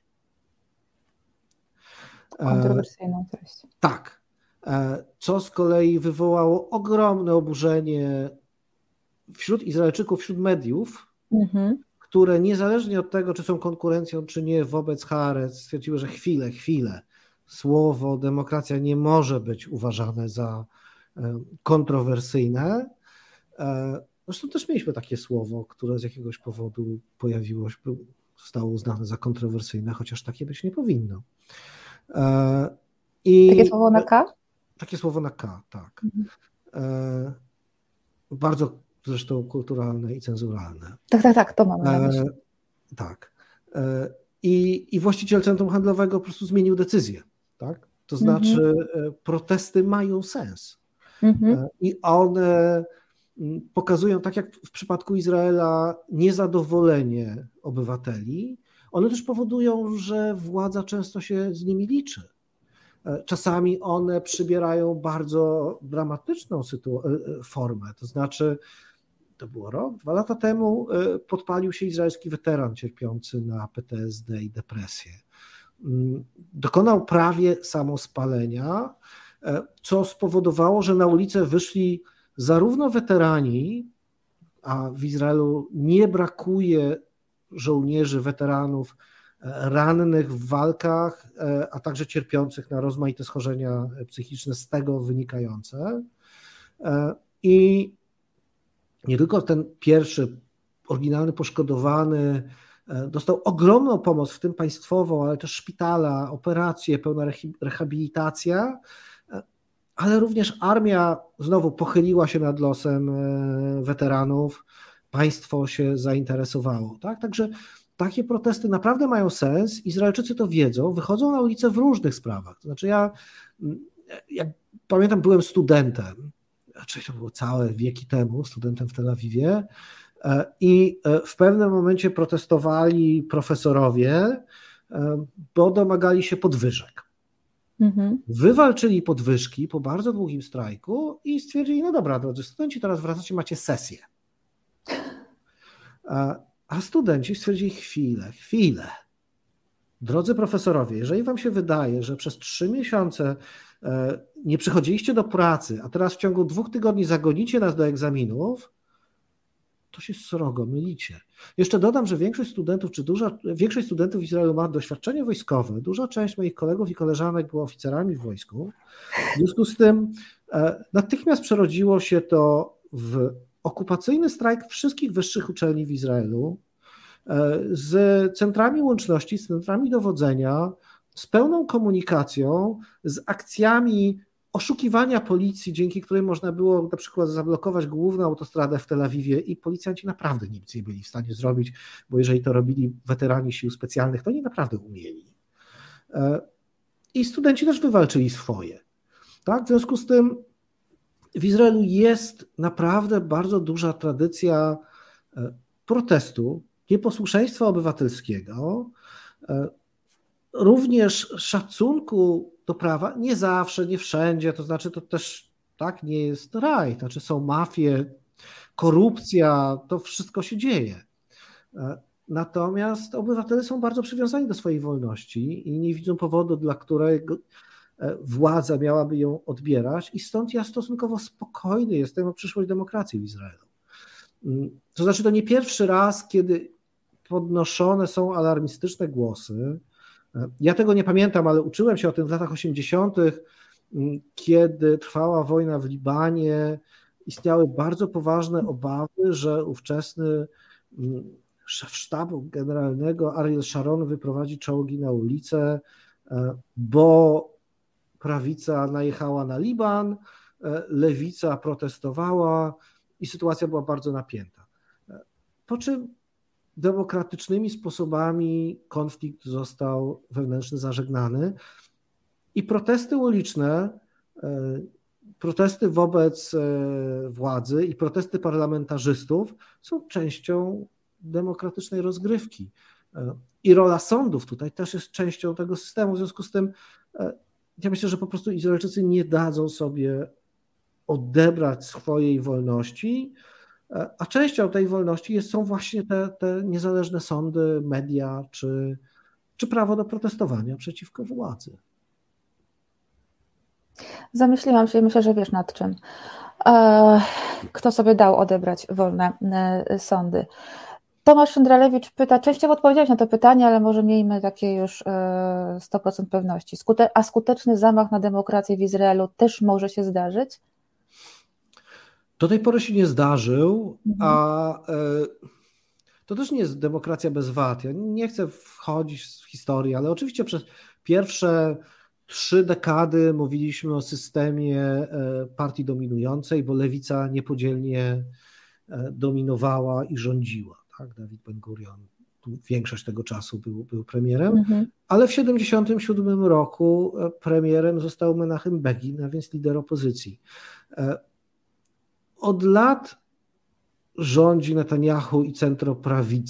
Kontrowersyjną treść. Tak. Co z kolei wywołało ogromne oburzenie wśród Izraelczyków, wśród mediów, które niezależnie od tego, czy są konkurencją, czy nie wobec Haaretz, stwierdziły, że chwilę, słowo demokracja nie może być uważane za kontrowersyjne. Zresztą też mieliśmy takie słowo, które z jakiegoś powodu pojawiło się, zostało uznane za kontrowersyjne, chociaż takie być nie powinno. Takie słowo na K? Takie słowo na K, tak. Bardzo zresztą kulturalne i cenzuralne. Tak, to mamy na myśli. Tak. I właściciel centrum handlowego po prostu zmienił decyzję. Tak? To znaczy protesty mają sens. I one pokazują, tak jak w przypadku Izraela, niezadowolenie obywateli. One też powodują, że władza często się z nimi liczy. Czasami one przybierają bardzo dramatyczną formę, to znaczy to było rok, 2 lata temu podpalił się izraelski weteran cierpiący na PTSD i depresję. Dokonał prawie samospalenia, co spowodowało, że na ulicę wyszli zarówno weterani, a w Izraelu nie brakuje żołnierzy, weteranów rannych w walkach, a także cierpiących na rozmaite schorzenia psychiczne z tego wynikające. I nie tylko ten pierwszy, oryginalny poszkodowany dostał ogromną pomoc, w tym państwową, ale też szpitala, operacje, pełna rehabilitacja, ale również armia znowu pochyliła się nad losem weteranów, państwo się zainteresowało. Tak? Także takie protesty naprawdę mają sens, Izraelczycy to wiedzą, wychodzą na ulicę w różnych sprawach. To znaczy jak pamiętam, byłem studentem, to było całe wieki temu, studentem w Tel Awiwie, i w pewnym momencie protestowali profesorowie, bo domagali się podwyżek. Wywalczyli podwyżki po bardzo długim strajku i stwierdzili, no dobra, drodzy studenci, teraz wracacie, macie sesję. A studenci stwierdzili, chwilę. Drodzy profesorowie, jeżeli wam się wydaje, że przez 3 miesiące nie przychodziliście do pracy, a teraz w ciągu 2 tygodni zagonicie nas do egzaminów, to się srogo mylicie. Jeszcze dodam, że większość studentów w Izraelu ma doświadczenie wojskowe. Duża część moich kolegów i koleżanek była oficerami w wojsku. W związku z tym natychmiast przerodziło się to w okupacyjny strajk wszystkich wyższych uczelni w Izraelu z centrami łączności, z centrami dowodzenia, z pełną komunikacją, z akcjami oszukiwania policji, dzięki którym można było na przykład zablokować główną autostradę w Tel Awiwie i policjanci naprawdę nic nie byli w stanie zrobić, bo jeżeli to robili weterani sił specjalnych, to oni naprawdę umieli. I studenci też wywalczyli swoje. Tak? W związku z tym w Izraelu jest naprawdę bardzo duża tradycja protestu, nieposłuszeństwa obywatelskiego, również szacunku do prawa, nie zawsze, nie wszędzie, to znaczy to też tak nie jest raj, to znaczy są mafie, korupcja, to wszystko się dzieje. Natomiast obywatele są bardzo przywiązani do swojej wolności i nie widzą powodu, dla którego władza miałaby ją odbierać i stąd ja stosunkowo spokojny jestem o przyszłość demokracji w Izraelu. To znaczy to nie pierwszy raz, kiedy podnoszone są alarmistyczne głosy. Ja tego nie pamiętam, ale uczyłem się o tym w latach 80., kiedy trwała wojna w Libanie. Istniały bardzo poważne obawy, że ówczesny szef sztabu generalnego Ariel Sharon wyprowadzi czołgi na ulicę, bo prawica najechała na Liban, lewica protestowała i sytuacja była bardzo napięta. Po czym demokratycznymi sposobami konflikt został wewnętrzny zażegnany i protesty uliczne, protesty wobec władzy i protesty parlamentarzystów są częścią demokratycznej rozgrywki. I rola sądów tutaj też jest częścią tego systemu. W związku z tym ja myślę, że po prostu Izraelczycy nie dadzą sobie odebrać swojej wolności, a częścią tej wolności są właśnie te niezależne sądy, media czy prawo do protestowania przeciwko władzy. Zamyśliłam się i myślę, że wiesz nad czym. Kto sobie dał odebrać wolne sądy? Tomasz Szyndralewicz pyta, częściowo odpowiedziałeś na to pytanie, ale może miejmy takie już 100% pewności. A skuteczny zamach na demokrację w Izraelu też może się zdarzyć? Do tej pory się nie zdarzył, a to też nie jest demokracja bez wad. Ja nie chcę wchodzić w historię, ale oczywiście przez pierwsze 3 dekady mówiliśmy o systemie partii dominującej, bo lewica niepodzielnie dominowała i rządziła. Tak? Dawid Ben-Gurion większość tego czasu był premierem, ale w 1977 roku premierem został Menachem Begin, a więc lider opozycji. Od lat rządzi Netanyahu i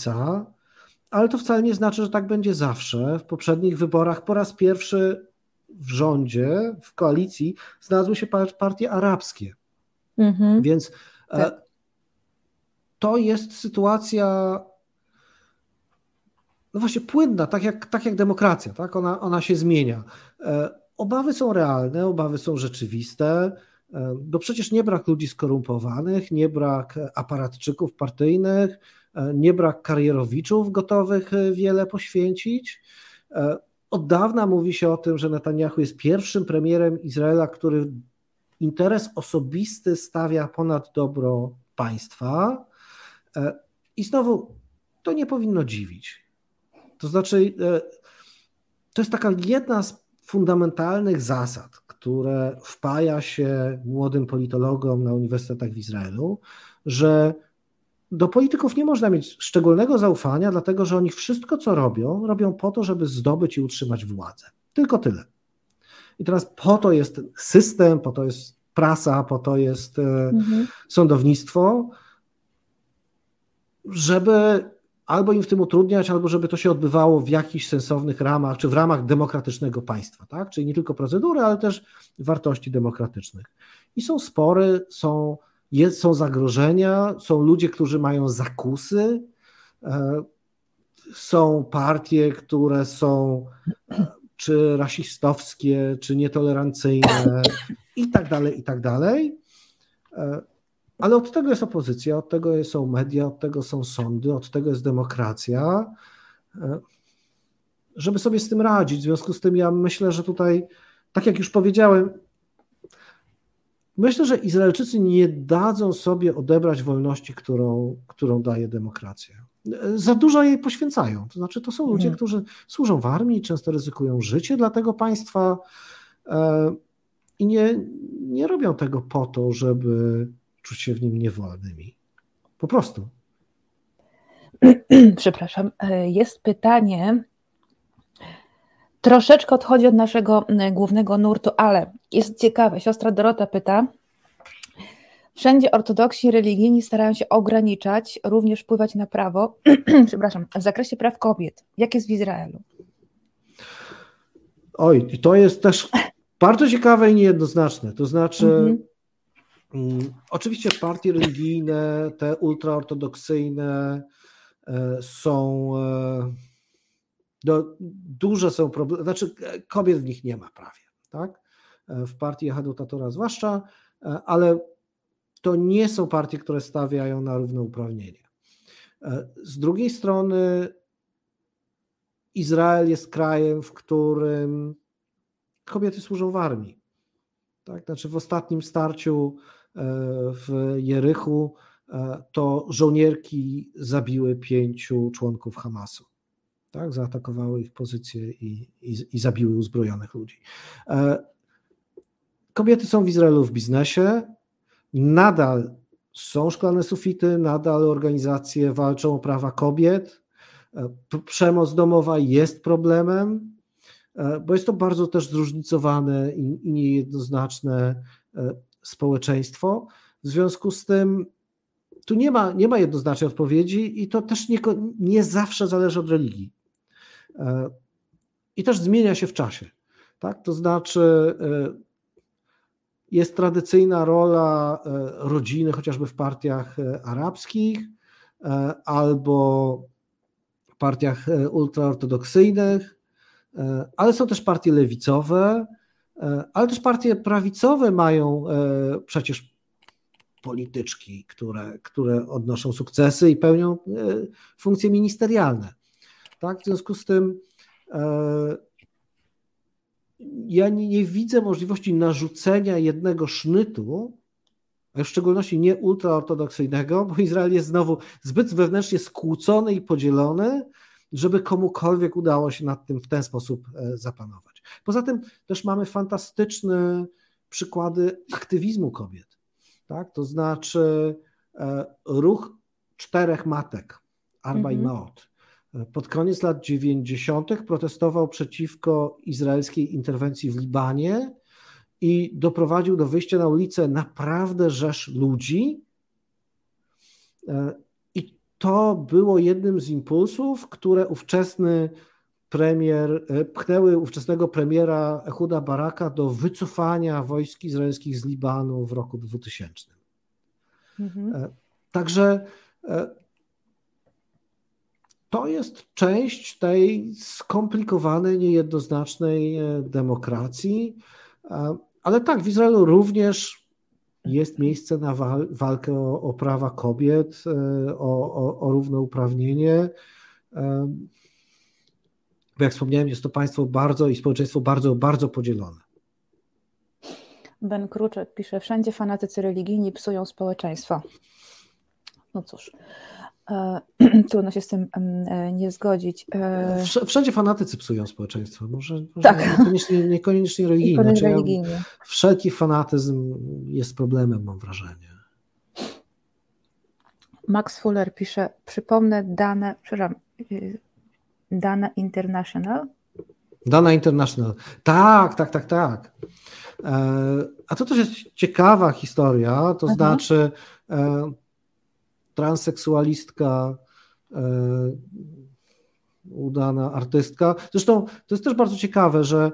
centroprawica, ale to wcale nie znaczy, że tak będzie zawsze. W poprzednich wyborach po raz pierwszy w rządzie, w koalicji znalazły się partie arabskie. Więc to jest sytuacja no właśnie płynna, tak jak demokracja, tak? Ona się zmienia. Obawy są realne, obawy są rzeczywiste, bo przecież nie brak ludzi skorumpowanych, nie brak aparatczyków partyjnych, nie brak karierowiczów gotowych wiele poświęcić. Od dawna mówi się o tym, że Netanjahu jest pierwszym premierem Izraela, który interes osobisty stawia ponad dobro państwa. I znowu to nie powinno dziwić. To znaczy, to jest taka jedna z fundamentalnych zasad, które wpaja się młodym politologom na uniwersytetach w Izraelu, że do polityków nie można mieć szczególnego zaufania, dlatego że oni wszystko, co robią po to, żeby zdobyć i utrzymać władzę. Tylko tyle. I teraz po to jest system, po to jest prasa, po to jest sądownictwo, żeby albo im w tym utrudniać, albo żeby to się odbywało w jakichś sensownych ramach, czy w ramach demokratycznego państwa, tak? Czyli nie tylko procedury, ale też wartości demokratycznych. I są spory, są zagrożenia, są ludzie, którzy mają zakusy, są partie, które są czy rasistowskie, czy nietolerancyjne i tak dalej. Ale od tego jest opozycja, od tego są media, od tego są sądy, od tego jest demokracja, żeby sobie z tym radzić. W związku z tym ja myślę, że tutaj, tak jak już powiedziałem, myślę, że Izraelczycy nie dadzą sobie odebrać wolności, którą daje demokracja. Za dużo jej poświęcają. To znaczy, to są ludzie, którzy służą w armii, często ryzykują życie dla tego państwa i nie robią tego po to, żeby czuć się w nim niewolnymi. Po prostu. Przepraszam. Jest pytanie, troszeczkę odchodzi od naszego głównego nurtu, ale jest ciekawe. Siostra Dorota pyta, wszędzie ortodoksi religijni starają się ograniczać, również wpływać na prawo, przepraszam, w zakresie praw kobiet. Jak jest w Izraelu? Oj, i to jest też bardzo ciekawe i niejednoznaczne. To znaczy, oczywiście partie religijne, te ultraortodoksyjne są, duże są problemy, znaczy kobiet w nich nie ma prawie, tak? W partii Yahadut Hatorah zwłaszcza, ale to nie są partie, które stawiają na równouprawnienie. Z drugiej strony Izrael jest krajem, w którym kobiety służą w armii. Tak? Znaczy w ostatnim starciu w Jerichu to żołnierki zabiły 5 członków Hamasu. Tak? Zaatakowały ich pozycje i zabiły uzbrojonych ludzi. Kobiety są w Izraelu w biznesie, nadal są szklane sufity, nadal organizacje walczą o prawa kobiet. Przemoc domowa jest problemem, bo jest to bardzo też zróżnicowane i niejednoznaczne społeczeństwo. W związku z tym tu nie ma jednoznacznej odpowiedzi i to też nie zawsze zależy od religii. I też zmienia się w czasie. Tak? To znaczy jest tradycyjna rola rodziny, chociażby w partiach arabskich albo partiach ultraortodoksyjnych, ale są też partie lewicowe, ale też partie prawicowe mają przecież polityczki, które odnoszą sukcesy i pełnią funkcje ministerialne. Tak? W związku z tym ja nie widzę możliwości narzucenia jednego sznytu, a w szczególności nie ultraortodoksyjnego, bo Izrael jest znowu zbyt wewnętrznie skłócony i podzielony, żeby komukolwiek udało się nad tym w ten sposób zapanować. Poza tym też mamy fantastyczne przykłady aktywizmu kobiet. Tak? To znaczy ruch 4 matek, Arba Imaot, pod koniec lat 90. protestował przeciwko izraelskiej interwencji w Libanie i doprowadził do wyjścia na ulicę naprawdę rzesz ludzi. I to było jednym z impulsów, które ówczesny pchnęły ówczesnego premiera Ehuda Baraka do wycofania wojsk izraelskich z Libanu w roku 2000. Także to jest część tej skomplikowanej, niejednoznacznej demokracji, ale tak, w Izraelu również jest miejsce na walkę o prawa kobiet, o równouprawnienie. Bo jak wspomniałem, jest to państwo i społeczeństwo bardzo, bardzo podzielone. Ben Kruczek pisze, wszędzie fanatycy religijni psują społeczeństwo. No cóż, trudno się z tym nie zgodzić. Wszędzie fanatycy psują społeczeństwo. Może Tak. Niekoniecznie religijnie. Wszelki fanatyzm jest problemem, mam wrażenie. Max Fuller pisze, przypomnę Dana International. Dana International. Tak. A to też jest ciekawa historia, to znaczy transseksualistka, udana artystka. Zresztą to jest też bardzo ciekawe, że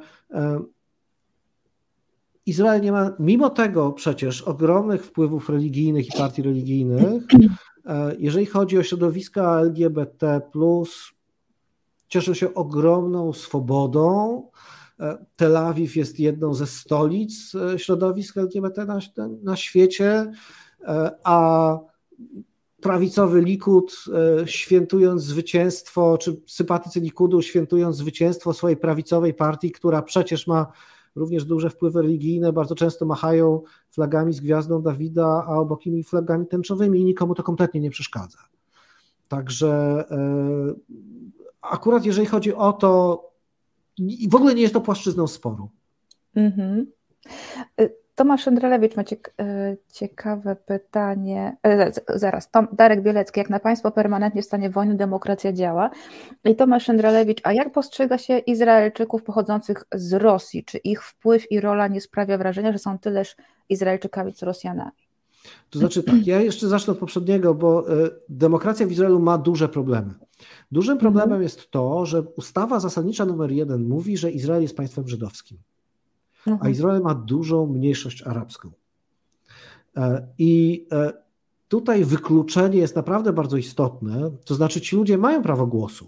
Izrael nie ma, mimo tego przecież ogromnych wpływów religijnych i partii religijnych, jeżeli chodzi o środowiska LGBT+, cieszy się ogromną swobodą. Tel Awiw jest jedną ze stolic środowisk LGBT na świecie, a prawicowy Likud, świętując zwycięstwo, czy sympatycy Likudu świętując zwycięstwo swojej prawicowej partii, która przecież ma również duże wpływy religijne, bardzo często machają flagami z gwiazdą Dawida, a obok nimi flagami tęczowymi i nikomu to kompletnie nie przeszkadza. Także akurat jeżeli chodzi o to, w ogóle nie jest to płaszczyzną sporu. Tomasz Szendrelewicz ma ciekawe pytanie. Zaraz, Darek Bielecki, jak na państwo permanentnie w stanie wojny demokracja działa? I Tomasz Szendrelewicz, a jak postrzega się Izraelczyków pochodzących z Rosji? Czy ich wpływ i rola nie sprawia wrażenia, że są tyleż Izraelczykami, co Rosjanami? To znaczy tak, ja jeszcze zacznę od poprzedniego, bo demokracja w Izraelu ma duże problemy. Dużym problemem jest to, że ustawa zasadnicza numer 1 mówi, że Izrael jest państwem żydowskim, a Izrael ma dużą mniejszość arabską. I tutaj wykluczenie jest naprawdę bardzo istotne, to znaczy ci ludzie mają prawo głosu.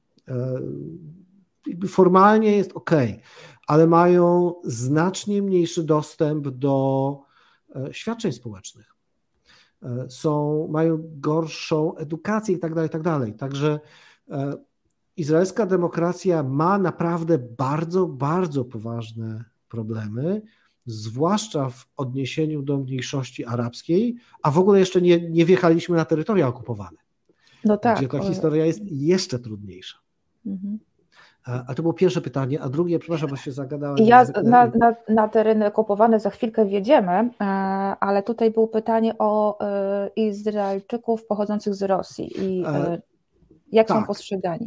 Formalnie jest ale mają znacznie mniejszy dostęp do świadczeń społecznych. Mają gorszą edukację i tak dalej. Także izraelska demokracja ma naprawdę bardzo, bardzo poważne problemy, zwłaszcza w odniesieniu do mniejszości arabskiej, a w ogóle jeszcze nie wjechaliśmy na terytoria okupowane, gdzie ta historia jest jeszcze trudniejsza. A to było pierwsze pytanie, a drugie, przepraszam, bo się zagadałem. Na tereny okupowane za chwilkę wjedziemy, ale tutaj było pytanie o Izraelczyków pochodzących z Rosji i jak są postrzegani.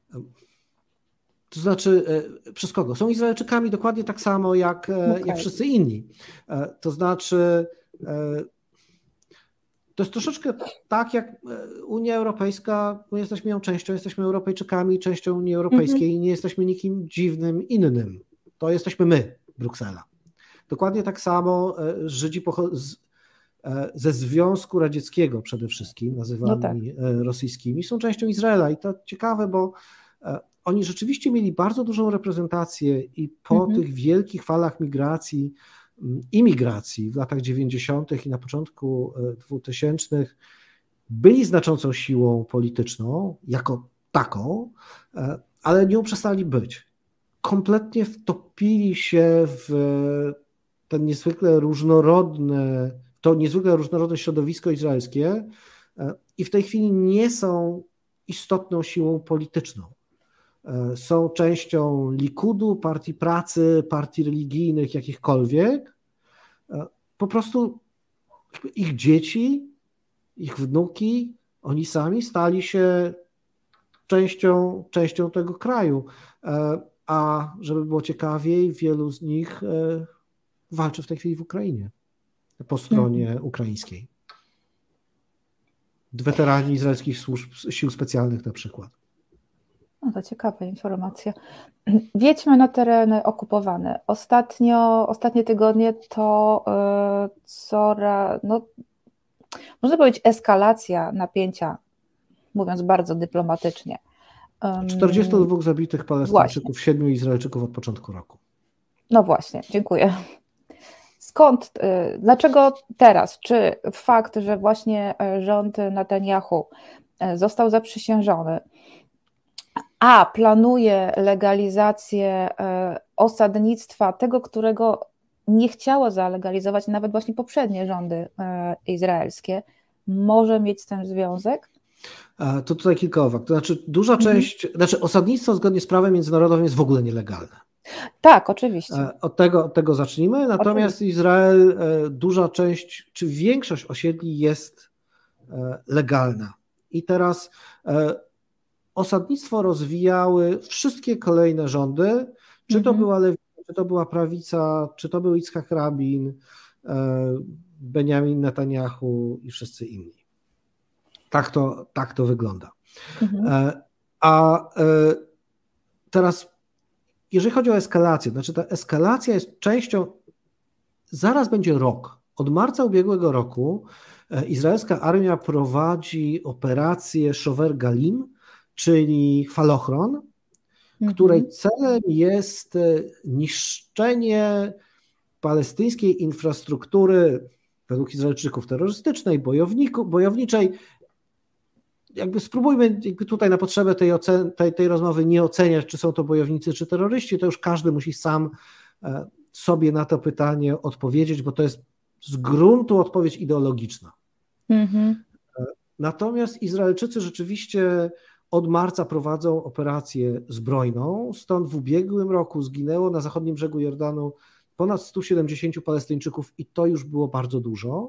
To znaczy, przez kogo? Są Izraelczykami dokładnie tak samo jak wszyscy inni. To znaczy, to jest troszeczkę tak jak Unia Europejska, my jesteśmy ją częścią, jesteśmy Europejczykami, częścią Unii Europejskiej i nie jesteśmy nikim dziwnym innym. To jesteśmy my, Bruksela. Dokładnie tak samo Żydzi ze Związku Radzieckiego przede wszystkim, nazywani rosyjskimi, są częścią Izraela i to ciekawe, bo oni rzeczywiście mieli bardzo dużą reprezentację i po tych wielkich falach imigracji w latach 90. i na początku 2000 byli znaczącą siłą polityczną jako taką, ale nią przestali być. Kompletnie wtopili się w to niezwykle różnorodne środowisko izraelskie i w tej chwili nie są istotną siłą polityczną. Są częścią Likudu, partii pracy, partii religijnych, jakichkolwiek. Po prostu ich dzieci, ich wnuki, oni sami stali się częścią tego kraju. A żeby było ciekawiej, wielu z nich walczy w tej chwili w Ukrainie, po stronie ukraińskiej. Weterani izraelskich służb, sił specjalnych na przykład. No To ciekawa informacja. Wiedźmy na tereny okupowane. Ostatnie tygodnie to można powiedzieć eskalacja napięcia, mówiąc bardzo dyplomatycznie. 42 zabitych Palestyńczyków, 7 Izraelczyków od początku roku. No właśnie, dziękuję. Dlaczego teraz? Czy fakt, że właśnie rząd Netanyahu został zaprzysiężony, a planuje legalizację osadnictwa, tego, którego nie chciało zalegalizować nawet właśnie poprzednie rządy izraelskie, może mieć z tym związek? To tutaj kilka uwag. To znaczy duża część, osadnictwo zgodnie z prawem międzynarodowym jest w ogóle nielegalne. Tak, oczywiście. Od tego zacznijmy. Natomiast oczywiście. Izrael, duża część, czy większość osiedli jest legalna. I teraz osadnictwo rozwijały wszystkie kolejne rządy, czy to była lewica, czy to była prawica, czy to był Yitzhak Rabin, Benjamin Netanyahu i wszyscy inni. Tak to wygląda. Teraz, jeżeli chodzi o eskalację, znaczy ta eskalacja jest częścią, zaraz będzie rok. Od marca ubiegłego roku izraelska armia prowadzi operację Shover Galim, czyli falochron, której celem jest niszczenie palestyńskiej infrastruktury, według Izraelczyków terrorystycznej, bojowniczej. Jakby spróbujmy tutaj na potrzebę tej rozmowy nie oceniać, czy są to bojownicy, czy terroryści, to już każdy musi sam sobie na to pytanie odpowiedzieć, bo to jest z gruntu odpowiedź ideologiczna. Natomiast Izraelczycy rzeczywiście od marca prowadzą operację zbrojną, stąd w ubiegłym roku zginęło na zachodnim brzegu Jordanu ponad 170 Palestyńczyków i to już było bardzo dużo.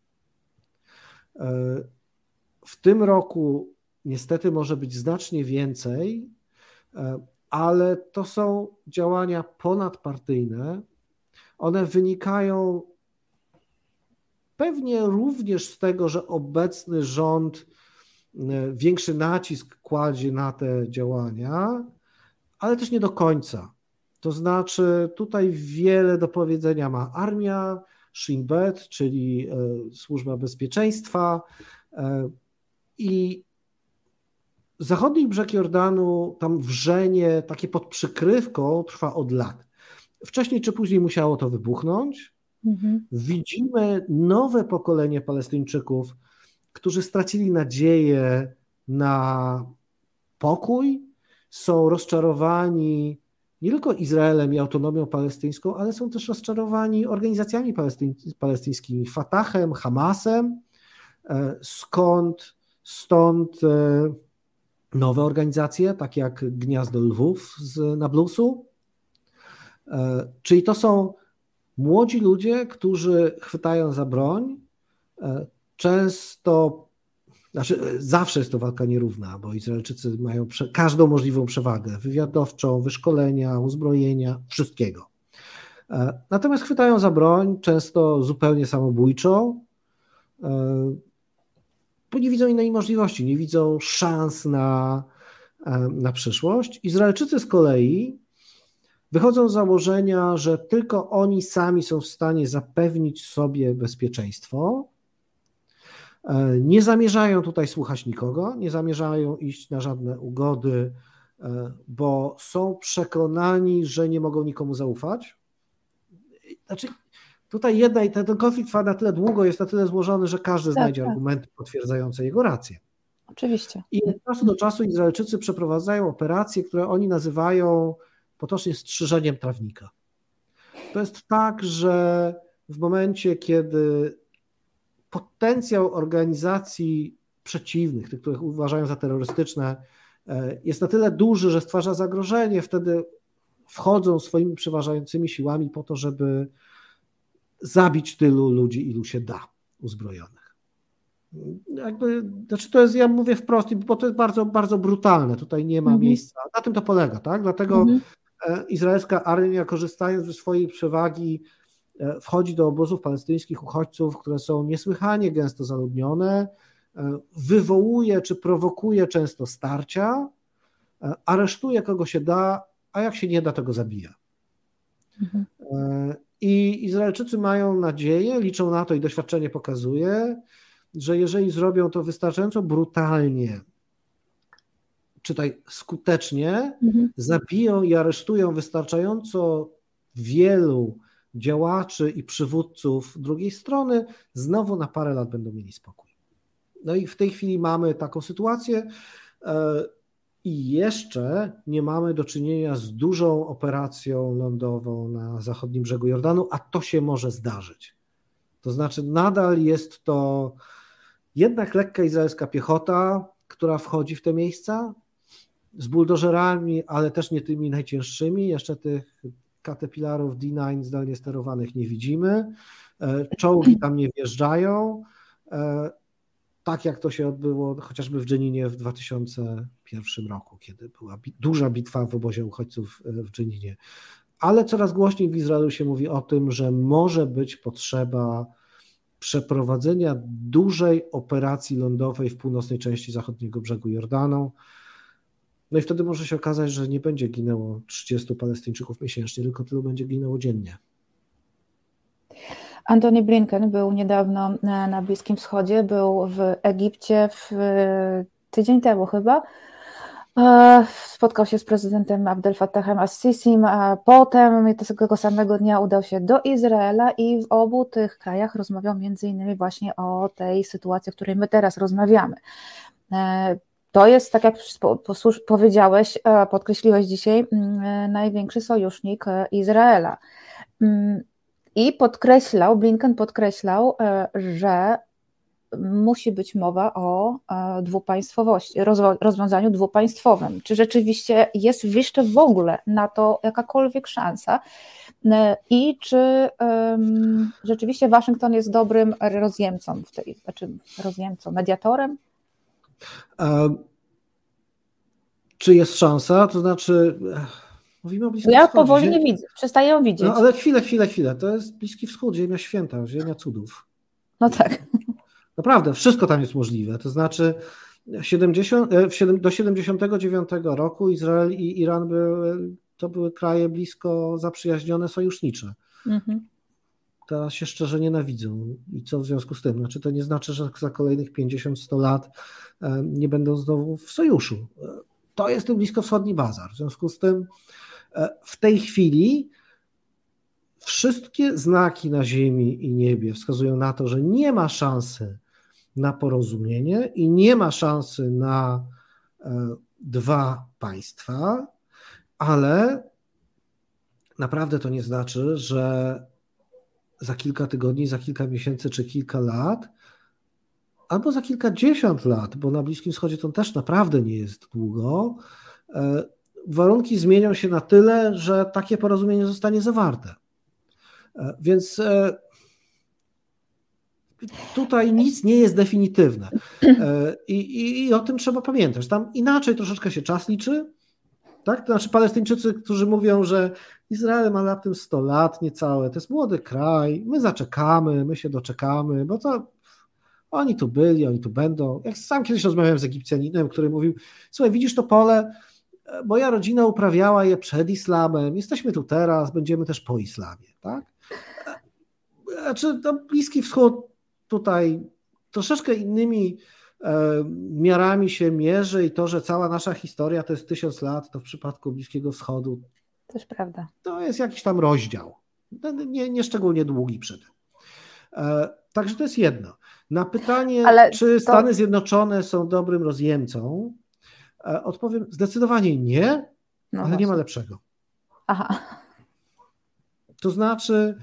W tym roku niestety może być znacznie więcej, ale to są działania ponadpartyjne. One wynikają pewnie również z tego, że obecny rząd większy nacisk kładzie na te działania, ale też nie do końca. To znaczy tutaj wiele do powiedzenia ma armia, Shin Bet, czyli Służba Bezpieczeństwa, i zachodni brzeg Jordanu, tam wrzenie takie pod przykrywką trwa od lat. Wcześniej czy później musiało to wybuchnąć. Widzimy nowe pokolenie Palestyńczyków, którzy stracili nadzieję na pokój, są rozczarowani nie tylko Izraelem i autonomią palestyńską, ale są też rozczarowani organizacjami palestyńskimi, Fatahem, Hamasem, stąd nowe organizacje, takie jak Gniazdo Lwów z Nablusu. Czyli to są młodzi ludzie, którzy chwytają za broń, zawsze jest to walka nierówna, bo Izraelczycy mają każdą możliwą przewagę wywiadowczą, wyszkolenia, uzbrojenia, wszystkiego. Natomiast chwytają za broń, często zupełnie samobójczo, bo nie widzą innej możliwości, nie widzą szans na przyszłość. Izraelczycy z kolei wychodzą z założenia, że tylko oni sami są w stanie zapewnić sobie bezpieczeństwo. Nie zamierzają tutaj słuchać nikogo, nie zamierzają iść na żadne ugody, bo są przekonani, że nie mogą nikomu zaufać. Znaczy, tutaj ten konflikt trwa na tyle długo, jest na tyle złożony, że każdy znajdzie argumenty potwierdzające jego rację. Oczywiście. I od czasu do czasu Izraelczycy przeprowadzają operacje, które oni nazywają potocznie strzyżeniem trawnika. To jest tak, że w momencie, kiedy potencjał organizacji przeciwnych, tych, których uważają za terrorystyczne, jest na tyle duży, że stwarza zagrożenie, wtedy wchodzą swoimi przeważającymi siłami po to, żeby zabić tylu ludzi, ilu się da, uzbrojonych. To jest, ja mówię wprost, bo to jest bardzo, bardzo brutalne, tutaj nie ma miejsca, na tym to polega, tak? Dlatego izraelska armia, korzystając ze swojej przewagi, wchodzi do obozów palestyńskich uchodźców, które są niesłychanie gęsto zaludnione, wywołuje czy prowokuje często starcia, aresztuje kogo się da, a jak się nie da, to go zabija. I Izraelczycy mają nadzieję, liczą na to i doświadczenie pokazuje, że jeżeli zrobią to wystarczająco brutalnie, czytaj skutecznie, zabiją i aresztują wystarczająco wielu działaczy i przywódców drugiej strony, znowu na parę lat będą mieli spokój. No i w tej chwili mamy taką sytuację i jeszcze nie mamy do czynienia z dużą operacją lądową na zachodnim brzegu Jordanu, a to się może zdarzyć. To znaczy nadal jest to jednak lekka izraelska piechota, która wchodzi w te miejsca z buldożerami, ale też nie tymi najcięższymi. Jeszcze tych Caterpillarów D9 zdalnie sterowanych nie widzimy. Czołgi tam nie wjeżdżają. Tak jak to się odbyło chociażby w Dżeninie w 2001 roku, kiedy była duża bitwa w obozie uchodźców w Dżeninie. Ale coraz głośniej w Izraelu się mówi o tym, że może być potrzeba przeprowadzenia dużej operacji lądowej w północnej części zachodniego brzegu Jordanu. No i wtedy może się okazać, że nie będzie ginęło 30 Palestyńczyków miesięcznie, tylko tylu będzie ginęło dziennie. Antony Blinken był niedawno na Bliskim Wschodzie, był w Egipcie tydzień temu chyba. Spotkał się z prezydentem Abdel Fattahem As-Sisim, a potem tego samego dnia udał się do Izraela i w obu tych krajach rozmawiał między innymi właśnie o tej sytuacji, o której my teraz rozmawiamy. To jest, tak jak powiedziałeś, podkreśliłeś dzisiaj, największy sojusznik Izraela. I Blinken podkreślał, że musi być mowa o dwupaństwowości, rozwiązaniu dwupaństwowym. Czy rzeczywiście jest jeszcze w ogóle na to jakakolwiek szansa i czy rzeczywiście Waszyngton jest dobrym rozjemcą mediatorem? Czy jest szansa? To znaczy... Mówimy o Bliskim Ja Wschodzie. powoli nie widzę, przestaję ją widzieć. No ale chwilę. To jest Bliski Wschód, ziemia święta, ziemia cudów. No tak. Naprawdę, wszystko tam jest możliwe. To znaczy do 79 roku Izrael i Iran to były kraje blisko zaprzyjaźnione, sojusznicze. Teraz się szczerze nienawidzą. I co w związku z tym? Znaczy, to nie znaczy, że za kolejnych 50-100 lat nie będą znowu w sojuszu. To jest ten bliskowschodni bazar. W związku z tym w tej chwili wszystkie znaki na ziemi i niebie wskazują na to, że nie ma szansy na porozumienie i nie ma szansy na dwa państwa, ale naprawdę to nie znaczy, że za kilka tygodni, za kilka miesięcy czy kilka lat, albo za kilkadziesiąt lat, bo na Bliskim Wschodzie to też naprawdę nie jest długo, warunki zmienią się na tyle, że takie porozumienie zostanie zawarte. Więc tutaj nic nie jest definitywne i o tym trzeba pamiętać. Tam inaczej troszeczkę się czas liczy, tak? To znaczy Palestyńczycy, którzy mówią, że Izrael ma na tym 100 lat niecałe, to jest młody kraj, my zaczekamy, my się doczekamy, bo to oni tu byli, oni tu będą. Jak sam kiedyś rozmawiałem z Egipcjaninem, który mówił, słuchaj, widzisz to pole, moja rodzina uprawiała je przed islamem, jesteśmy tu teraz, będziemy też po islamie, tak? Znaczy, to Bliski Wschód tutaj troszeczkę innymi miarami się mierzy i to, że cała nasza historia to jest 1000 lat, to w przypadku Bliskiego Wschodu też prawda. To jest jakiś tam rozdział, nie szczególnie długi przy tym. Także to jest jedno. Na pytanie, czy Stany Zjednoczone są dobrym rozjemcą, odpowiem zdecydowanie nie, ale właśnie. Nie ma lepszego. Aha. To znaczy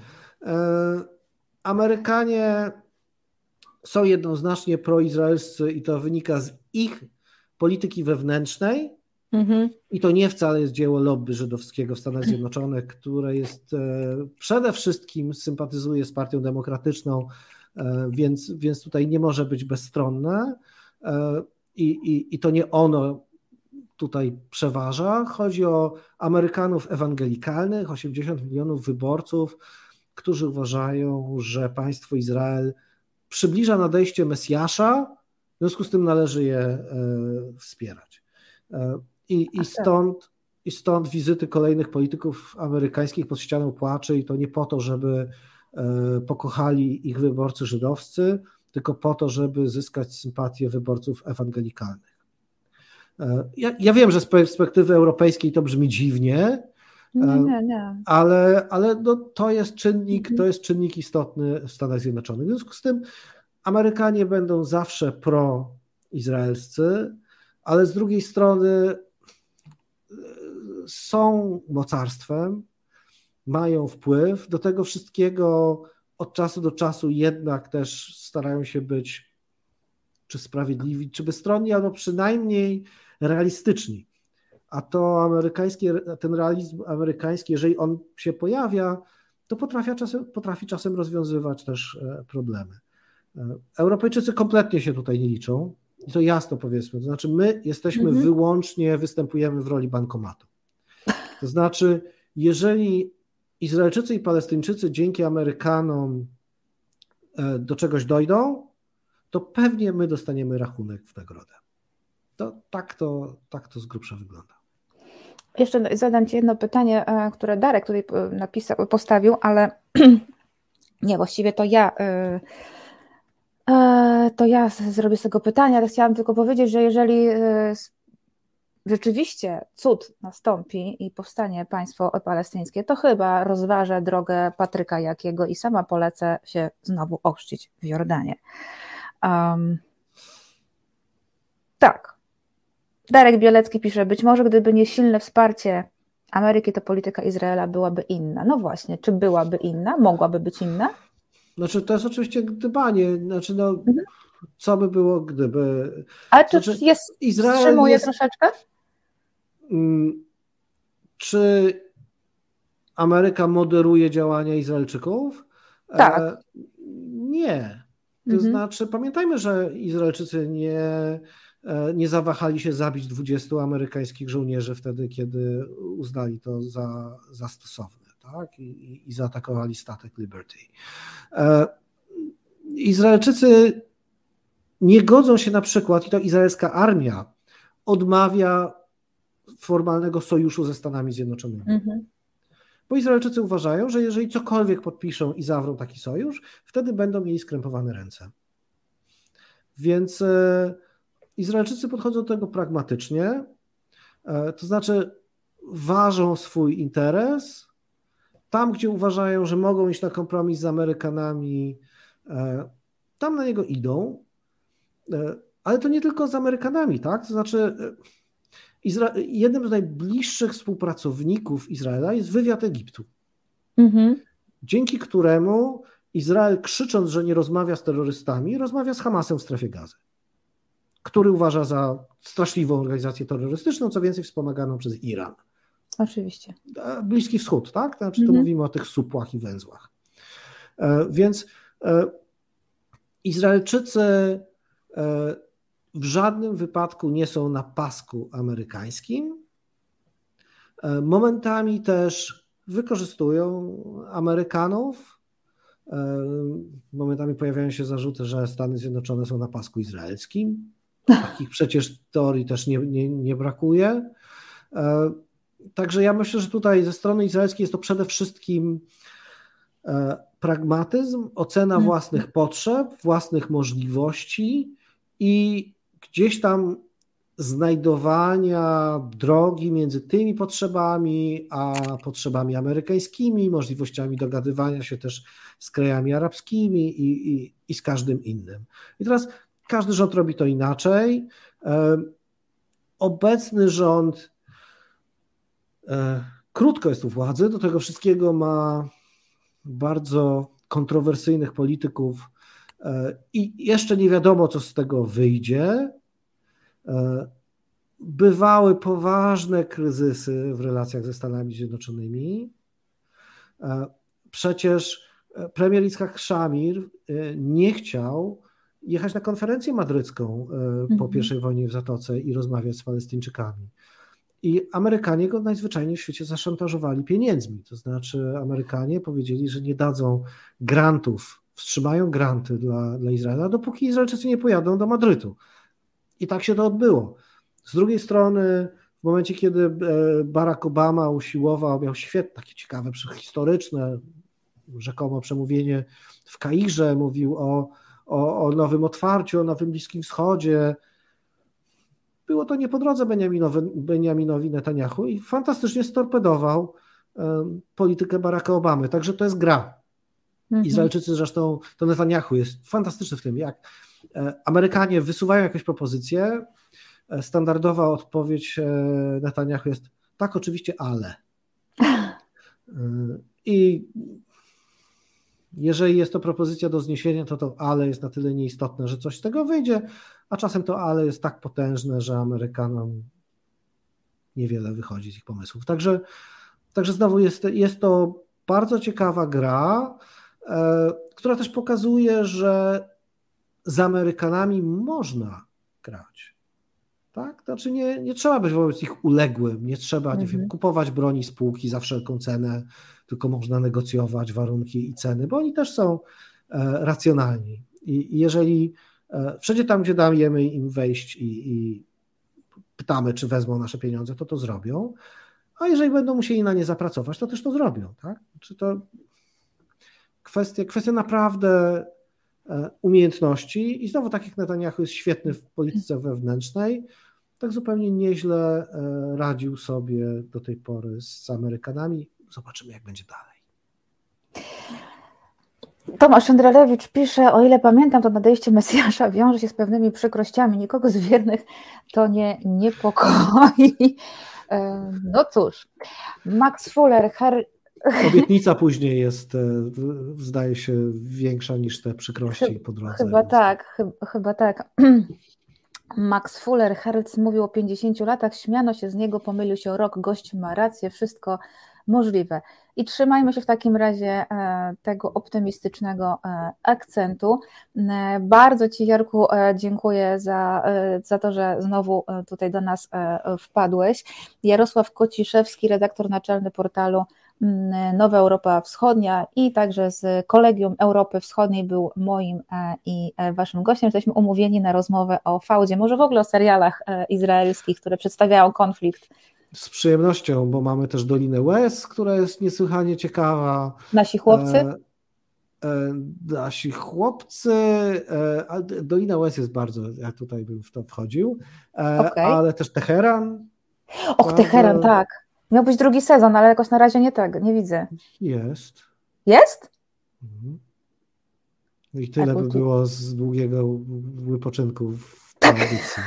Amerykanie są jednoznacznie proizraelscy i to wynika z ich polityki wewnętrznej i to nie wcale jest dzieło lobby żydowskiego w Stanach Zjednoczonych, które jest przede wszystkim sympatyzuje z Partią Demokratyczną, więc tutaj nie może być bezstronne i to nie ono tutaj przeważa. Chodzi o Amerykanów ewangelikalnych, 80 milionów wyborców, którzy uważają, że państwo Izrael przybliża nadejście Mesjasza, w związku z tym należy je wspierać. I stąd wizyty kolejnych polityków amerykańskich pod ścianą płaczy i to nie po to, żeby pokochali ich wyborcy żydowscy, tylko po to, żeby zyskać sympatię wyborców ewangelikalnych. Ja wiem, że z perspektywy europejskiej to brzmi dziwnie, Nie. ale no, to jest czynnik istotny w Stanach Zjednoczonych. W związku z tym Amerykanie będą zawsze proizraelscy, ale z drugiej strony są mocarstwem, mają wpływ, do tego wszystkiego od czasu do czasu jednak też starają się być czy sprawiedliwi, czy bezstronni, albo przynajmniej realistyczni. A to ten realizm amerykański, jeżeli on się pojawia, to potrafi czasem rozwiązywać też problemy. Europejczycy kompletnie się tutaj nie liczą i to jasno powiedzmy, to znaczy my występujemy w roli bankomatu. To znaczy, jeżeli Izraelczycy i Palestyńczycy dzięki Amerykanom do czegoś dojdą, to pewnie my dostaniemy rachunek w nagrodę. Tak to z grubsza wygląda. Jeszcze zadam Ci jedno pytanie, które Darek tutaj postawił, ale nie, właściwie to ja zrobię z tego pytania, ale chciałam tylko powiedzieć, że jeżeli rzeczywiście cud nastąpi i powstanie państwo palestyńskie, to chyba rozważę drogę Patryka Jakiego i sama polecę się znowu ochrzcić w Jordanie. Tak. Darek Bielecki pisze, być może gdyby nie silne wsparcie Ameryki, to polityka Izraela byłaby inna. No właśnie, czy byłaby inna? Mogłaby być inna? Znaczy to jest oczywiście gdybanie, co by było gdyby... Ale czy wstrzymuje troszeczkę? Czy Ameryka moderuje działania Izraelczyków? Tak. Nie. To znaczy pamiętajmy, że Izraelczycy nie zawahali się zabić 20 amerykańskich żołnierzy wtedy, kiedy uznali to za stosowne, tak? I zaatakowali statek Liberty. Izraelczycy nie godzą się na przykład, i to izraelska armia odmawia formalnego sojuszu ze Stanami Zjednoczonymi. Bo Izraelczycy uważają, że jeżeli cokolwiek podpiszą i zawrą taki sojusz, wtedy będą mieli skrępowane ręce. Więc Izraelczycy podchodzą do tego pragmatycznie, to znaczy ważą swój interes. Tam, gdzie uważają, że mogą iść na kompromis z Amerykanami, tam na niego idą, ale to nie tylko z Amerykanami, tak? To znaczy jednym z najbliższych współpracowników Izraela jest wywiad Egiptu, dzięki któremu Izrael, krzycząc, że nie rozmawia z terrorystami, rozmawia z Hamasem w strefie Gazy, który uważa za straszliwą organizację terrorystyczną, co więcej wspomaganą przez Iran. Oczywiście. Bliski Wschód, tak? Znaczy to mówimy o tych supłach i węzłach. Więc Izraelczycy w żadnym wypadku nie są na pasku amerykańskim. Momentami też wykorzystują Amerykanów. Momentami pojawiają się zarzuty, że Stany Zjednoczone są na pasku izraelskim. Takich przecież teorii też nie brakuje. Także ja myślę, że tutaj ze strony izraelskiej jest to przede wszystkim pragmatyzm, ocena własnych potrzeb, własnych możliwości i gdzieś tam znajdowania drogi między tymi potrzebami a potrzebami amerykańskimi, możliwościami dogadywania się też z krajami arabskimi i z każdym innym. I teraz każdy rząd robi to inaczej. Obecny rząd krótko jest u władzy, do tego wszystkiego ma bardzo kontrowersyjnych polityków i jeszcze nie wiadomo, co z tego wyjdzie. Bywały poważne kryzysy w relacjach ze Stanami Zjednoczonymi. Przecież premier Yitzhak Shamir nie chciał jechać na konferencję madrycką po I wojnie w Zatoce i rozmawiać z Palestyńczykami. I Amerykanie go najzwyczajniej w świecie zaszantażowali pieniędzmi. To znaczy Amerykanie powiedzieli, że nie dadzą grantów, wstrzymają granty dla Izraela, dopóki Izraelczycy nie pojadą do Madrytu. I tak się to odbyło. Z drugiej strony w momencie, kiedy Barack Obama usiłował, miał świetne, takie ciekawe, historyczne, rzekomo przemówienie w Kairze, mówił o nowym otwarciu, o nowym Bliskim Wschodzie. Było to nie po drodze Benjaminowi Netanyahu i fantastycznie storpedował politykę Baracka Obamy. Także to jest gra. Izraelczycy zresztą, to Netanyahu jest fantastyczny w tym, jak Amerykanie wysuwają jakąś propozycję, standardowa odpowiedź Netanyahu jest tak, oczywiście, ale. I jeżeli jest to propozycja do zniesienia, to ale jest na tyle nieistotne, że coś z tego wyjdzie, a czasem to ale jest tak potężne, że Amerykanom niewiele wychodzi z ich pomysłów. Także znowu jest to bardzo ciekawa gra, która też pokazuje, że z Amerykanami można grać. Tak? Znaczy nie trzeba być wobec nich uległym, nie trzeba nie wiem, kupować broni z półki za wszelką cenę, tylko można negocjować warunki i ceny, bo oni też są racjonalni. I jeżeli wszędzie tam, gdzie dajemy im wejść i pytamy, czy wezmą nasze pieniądze, to zrobią, a jeżeli będą musieli na nie zapracować, to też to zrobią. Tak? Czy to kwestia naprawdę umiejętności i znowu tak jak Netanyahu jest świetny w polityce wewnętrznej, tak zupełnie nieźle radził sobie do tej pory z Amerykanami. Zobaczymy, jak będzie dalej. Tomasz Jędralewicz pisze, o ile pamiętam, to nadejście Mesjasza wiąże się z pewnymi przykrościami. Nikogo z wiernych to nie niepokoi. No cóż, Max Fuller, obietnica później jest, zdaje się, większa niż te przykrości po drodze. Chyba tak. Max Fuller, Hertz mówił o 50 latach, śmiano się z niego, pomylił się o rok, gość ma rację, wszystko możliwe. I trzymajmy się w takim razie tego optymistycznego akcentu. Bardzo Ci, Jarku, dziękuję za to, że znowu tutaj do nas wpadłeś. Jarosław Kociszewski, redaktor naczelny portalu Nowa Europa Wschodnia i także z Kolegium Europy Wschodniej był moim i waszym gościem. Jesteśmy umówieni na rozmowę o fałdzie, może w ogóle o serialach izraelskich, które przedstawiają konflikt. Z przyjemnością, bo mamy też Dolinę Łez, która jest niesłychanie ciekawa. Nasi chłopcy? Nasi chłopcy, Dolina Łez jest bardzo, ja tutaj bym w to wchodził, Okay. Ale też Teheran. Teheran, tak. Miał być drugi sezon, ale jakoś na razie nie widzę. Jest. Jest? No i tyle by było z długiego wypoczynku w audycji.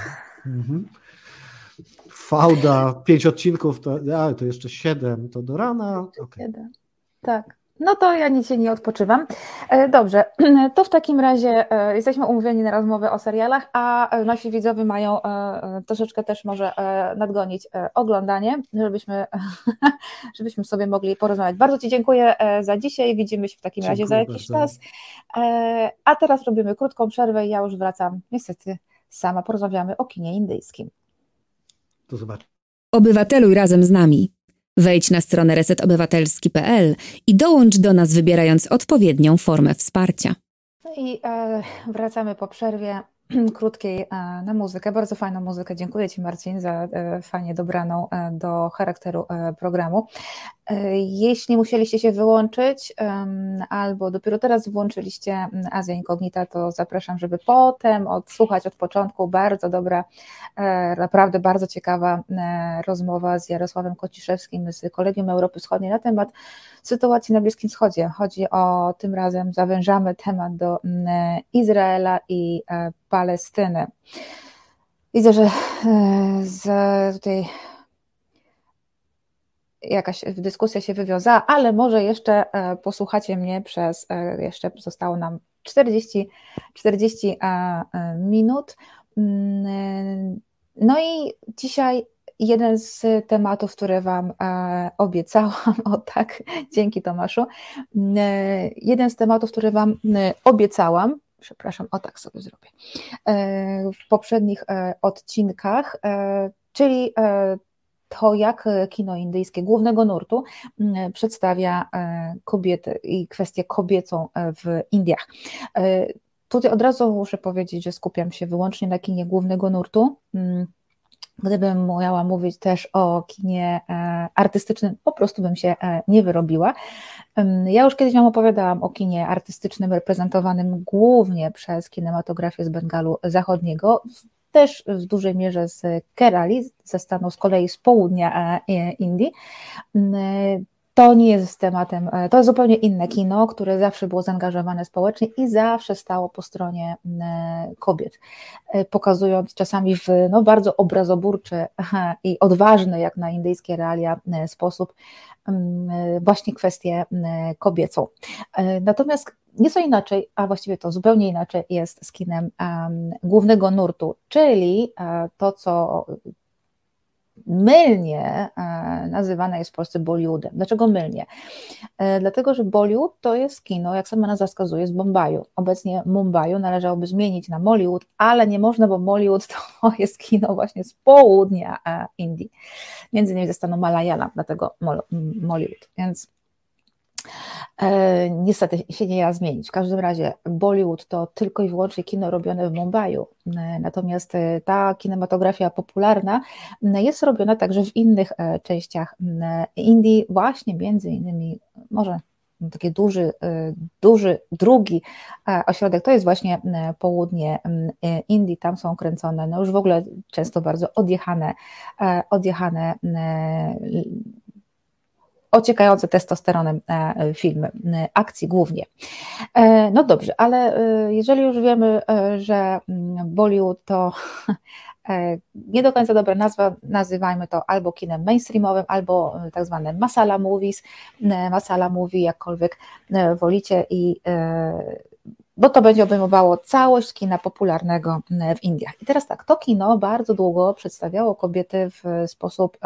Fałda, 5 odcinków, to jeszcze 7, to do rana. Okay. 7. Tak. No to ja nic się nie odpoczywam. Dobrze, to w takim razie jesteśmy umówieni na rozmowę o serialach, a nasi widzowie mają troszeczkę też może nadgonić oglądanie, żebyśmy sobie mogli porozmawiać. Bardzo Ci dziękuję za dzisiaj, widzimy się w takim razie za jakiś czas. A teraz robimy krótką przerwę i ja już wracam niestety sama, porozmawiamy o kinie indyjskim. Do zobaczenia. Obywateluj razem z nami. Wejdź na stronę resetobywatelski.pl i dołącz do nas, wybierając odpowiednią formę wsparcia. I wracamy po przerwie krótkiej na muzykę, bardzo fajną muzykę. Dziękuję Ci, Marcin, za fajnie dobraną do charakteru programu. Jeśli musieliście się wyłączyć albo dopiero teraz włączyliście Azja Incognita, to zapraszam, żeby potem odsłuchać od początku. Bardzo dobra, naprawdę bardzo ciekawa rozmowa z Jarosławem Kociszewskim z Kolegium Europy Wschodniej na temat sytuacji na Bliskim Wschodzie. Chodzi o, tym razem zawężamy temat do Izraela i Palestyny. Widzę, że tutaj jakaś dyskusja się wywiązała, ale może jeszcze posłuchacie mnie jeszcze zostało nam 40 minut. No i dzisiaj jeden z tematów, które Wam obiecałam, dzięki Tomaszu, jeden z tematów, który Wam obiecałam, przepraszam, tak sobie zrobię, w poprzednich odcinkach, czyli to, jak kino indyjskie głównego nurtu przedstawia kobiety i kwestię kobiecą w Indiach. Tutaj od razu muszę powiedzieć, że skupiam się wyłącznie na kinie głównego nurtu. Gdybym miała mówić też o kinie artystycznym, po prostu bym się nie wyrobiła. Ja już kiedyś Wam opowiadałam o kinie artystycznym reprezentowanym głównie przez kinematografię z Bengalu Zachodniego, też w dużej mierze z Kerali, ze stanu z kolei z południa Indii. To nie jest tematem, to jest zupełnie inne kino, które zawsze było zaangażowane społecznie i zawsze stało po stronie kobiet, pokazując czasami w bardzo obrazoburczy i odważny, jak na indyjskie realia, sposób właśnie kwestię kobiecą. Natomiast nieco inaczej, a właściwie to zupełnie inaczej jest z kinem głównego nurtu, czyli to, co mylnie nazywane jest w Polsce Bollywoodem. Dlaczego mylnie? Dlatego, że Bollywood to jest kino, jak sama nazwa wskazuje, z Bombaju. Obecnie Mumbaiu należałoby zmienić na Mollywood, ale nie można, bo Mollywood to jest kino właśnie z południa Indii, między innymi ze stanu Malayalam, dlatego Mollywood. Więc niestety się nie da zmienić. W każdym razie Bollywood to tylko i wyłącznie kino robione w Mumbaiu, natomiast ta kinematografia popularna jest robiona także w innych częściach Indii, właśnie między innymi może taki duży drugi ośrodek to jest właśnie południe Indii, tam są kręcone już w ogóle często bardzo odjechane ociekające testosteronem filmy, akcji głównie. No dobrze, ale jeżeli już wiemy, że Bollywood to nie do końca dobra nazwa, nazywajmy to albo kinem mainstreamowym, albo tak zwane masala movie, jakkolwiek wolicie, bo to będzie obejmowało całość kina popularnego w Indiach. I teraz tak, to kino bardzo długo przedstawiało kobiety w sposób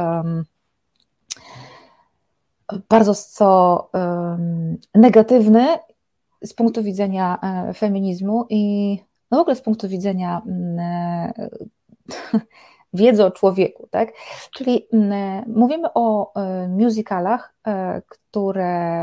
bardzo negatywny z punktu widzenia feminizmu i w ogóle z punktu widzenia wiedzy o człowieku, tak? Czyli mówimy o musicalach, które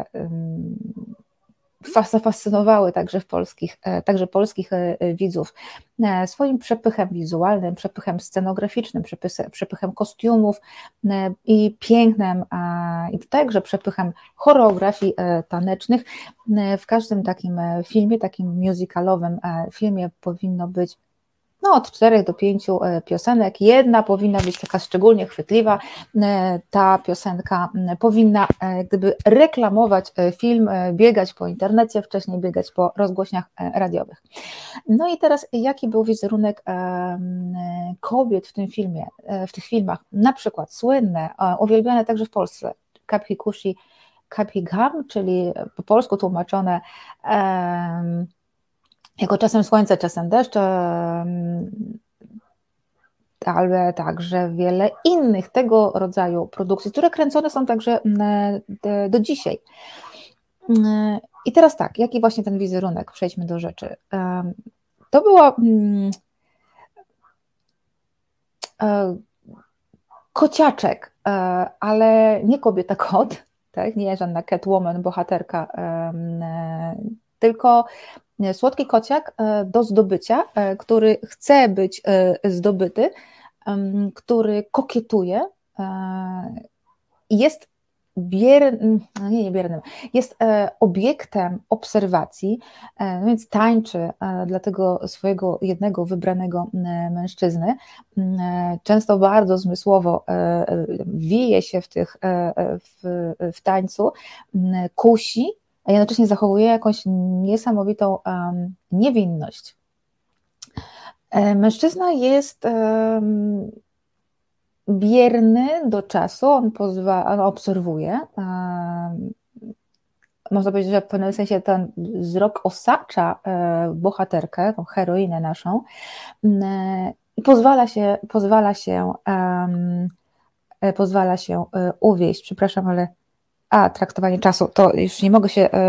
zafascynowały także polskich widzów swoim przepychem wizualnym, przepychem scenograficznym, przepychem kostiumów i pięknem, i także przepychem choreografii tanecznych. W każdym takim filmie, takim musicalowym filmie powinno być od 4 do 5 piosenek. Jedna powinna być taka szczególnie chwytliwa. Ta piosenka powinna gdyby reklamować film, biegać po internecie, wcześniej biegać po rozgłośniach radiowych. No i teraz jaki był wizerunek kobiet w tym filmie, w tych filmach? Na przykład słynne, uwielbiane także w Polsce, Kabhi Khushi Kabhi Gham, czyli po polsku tłumaczone jako czasem słońce, czasem deszcz, ale także wiele innych tego rodzaju produkcji, które kręcone są także do dzisiaj. I teraz tak, jaki właśnie ten wizerunek? Przejdźmy do rzeczy. To była kociaczek, ale nie kobieta kot, tak? Nie żadna Catwoman, bohaterka, tylko słodki kociak do zdobycia, który chce być zdobyty, który kokietuje, jest biernym, jest obiektem obserwacji, więc tańczy dla tego swojego jednego wybranego mężczyzny, często bardzo zmysłowo wije się w tańcu, kusi, a jednocześnie zachowuje jakąś niesamowitą niewinność. Mężczyzna jest bierny do czasu, on obserwuje. Można powiedzieć, że w pewnym sensie ten wzrok osacza bohaterkę, tą heroinę naszą, i pozwala się uwieść. Przepraszam, ale traktowanie czasu, to już nie mogę się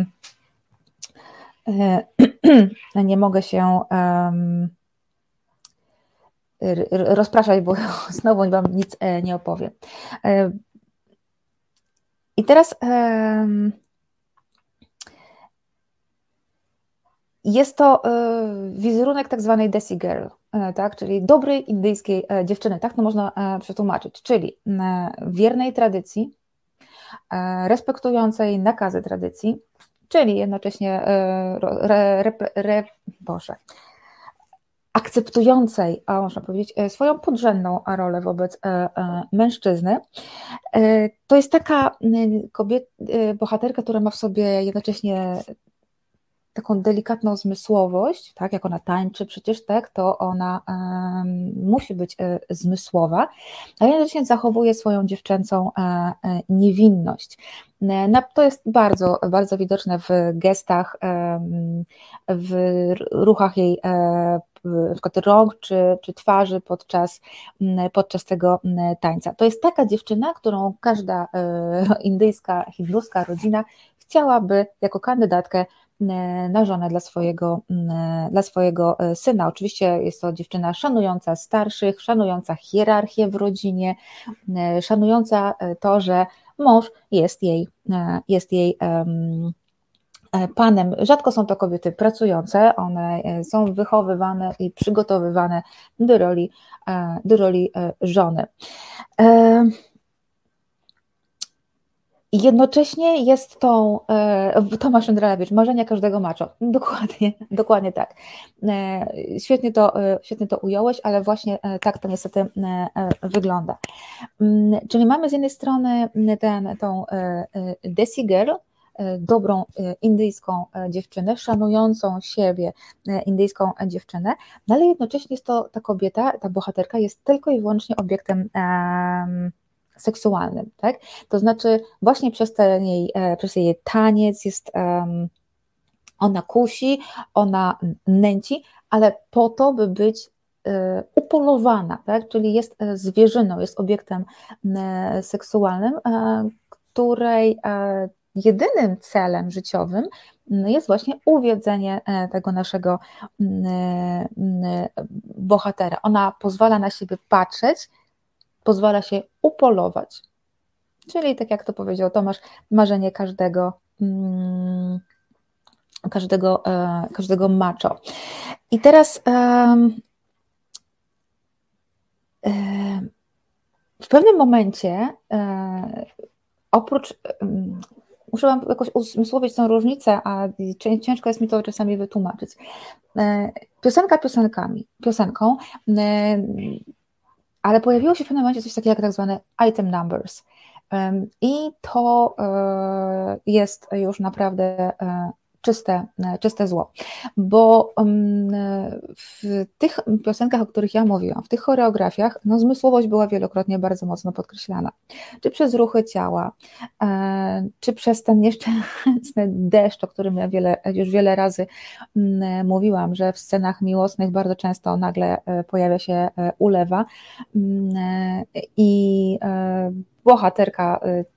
rozpraszać, bo znowu Wam nic nie opowiem. I teraz jest to wizerunek tak zwanej Desi Girl, tak, czyli dobrej indyjskiej dziewczyny, tak to można przetłumaczyć, czyli wiernej tradycji, respektującej nakazy tradycji, czyli jednocześnie akceptującej, a można powiedzieć, swoją podrzędną rolę wobec mężczyzny. To jest taka bohaterka, która ma w sobie jednocześnie taką delikatną zmysłowość, tak, jak ona tańczy przecież, tak, to ona musi być zmysłowa, a jednocześnie zachowuje swoją dziewczęcą niewinność. To jest bardzo, bardzo widoczne w gestach, w ruchach jej na przykład rąk czy twarzy podczas tego tańca. To jest taka dziewczyna, którą każda indyjska, hinduska rodzina chciałaby jako kandydatkę na żonę dla swojego syna. Oczywiście jest to dziewczyna szanująca starszych, szanująca hierarchię w rodzinie, szanująca to, że mąż jest jej panem. Rzadko są to kobiety pracujące, one są wychowywane i przygotowywane do roli żony. Jednocześnie jest Tomasz Andrelewicz, marzenia każdego macho. Dokładnie tak. Świetnie to ująłeś, ale właśnie tak to niestety wygląda. Czyli mamy z jednej strony tą Desi Girl, dobrą indyjską dziewczynę, szanującą siebie indyjską dziewczynę, no ale jednocześnie jest to ta kobieta, ta bohaterka jest tylko i wyłącznie obiektem seksualnym, tak? To znaczy właśnie przez jej taniec ona kusi, ona nęci, ale po to, by być upolowana, tak? Czyli jest zwierzyną, jest obiektem seksualnym, której jedynym celem życiowym jest właśnie uwiedzenie tego naszego bohatera. Ona pozwala na siebie patrzeć, pozwala się upolować. Czyli tak jak to powiedział Tomasz, marzenie każdego macho. I teraz w pewnym momencie muszę wam jakoś uzmysłowić tę różnicę, a ciężko jest mi to czasami wytłumaczyć. Piosenka piosenką, ale pojawiło się w pewnym momencie coś takiego jak tak zwane item numbers. I to jest już naprawdę czyste zło, bo w tych piosenkach, o których ja mówiłam, w tych choreografiach, no zmysłowość była wielokrotnie bardzo mocno podkreślana, czy przez ruchy ciała, czy przez ten nieszczęsny deszcz, o którym ja już wiele razy mówiłam, że w scenach miłosnych bardzo często nagle pojawia się ulewa i bohaterka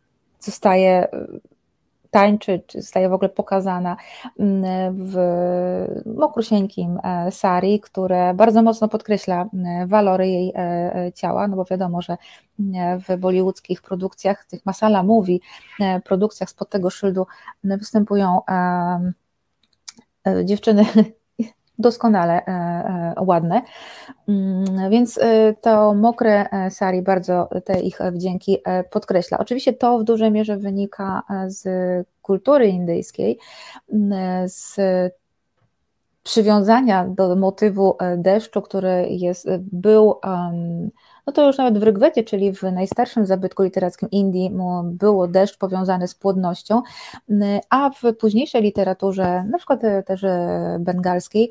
tańczy, czy zostaje w ogóle pokazana w mokrusieńkim sari, które bardzo mocno podkreśla walory jej ciała, no bo wiadomo, że w bollywoodzkich produkcjach, tych masala movie, produkcjach spod tego szyldu występują dziewczyny doskonale ładne, więc to mokre sari bardzo te ich wdzięki podkreśla. Oczywiście to w dużej mierze wynika z kultury indyjskiej, z przywiązania do motywu deszczu, który był, no to już nawet w Rygwedzie, czyli w najstarszym zabytku literackim Indii, było deszcz powiązany z płodnością, a w późniejszej literaturze, na przykład też bengalskiej,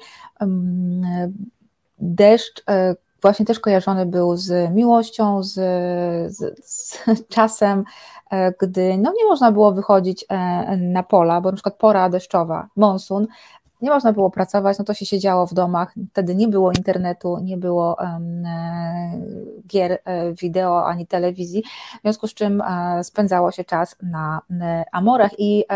deszcz właśnie też kojarzony był z miłością, z czasem, gdy no nie można było wychodzić na pola, bo na przykład pora deszczowa, monsun, nie można było pracować, no to się siedziało w domach, wtedy nie było internetu, nie było gier wideo ani telewizji, w związku z czym spędzało się czas na amorach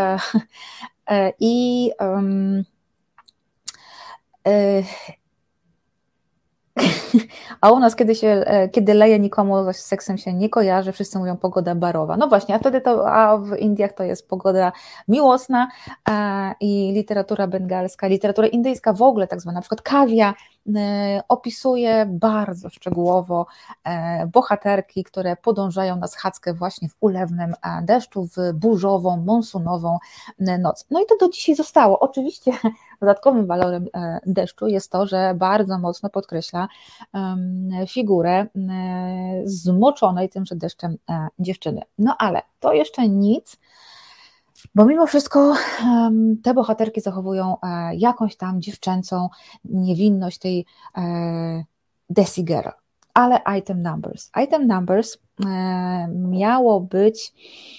a u nas kiedy leje, nikomu z seksem się nie kojarzy, wszyscy mówią pogoda barowa. No właśnie, a w Indiach to jest pogoda miłosna i literatura bengalska, literatura indyjska w ogóle tak zwana, na przykład kawia, opisuje bardzo szczegółowo bohaterki, które podążają na schadzkę właśnie w ulewnym deszczu, w burzową, monsunową noc. No i to do dzisiaj zostało. Oczywiście dodatkowym walorem deszczu jest to, że bardzo mocno podkreśla figurę zmoczonej tymże deszczem dziewczyny. No ale to jeszcze nic, bo mimo wszystko te bohaterki zachowują jakąś tam dziewczęcą niewinność tej Desi Girl. Ale Item Numbers. Item Numbers miało być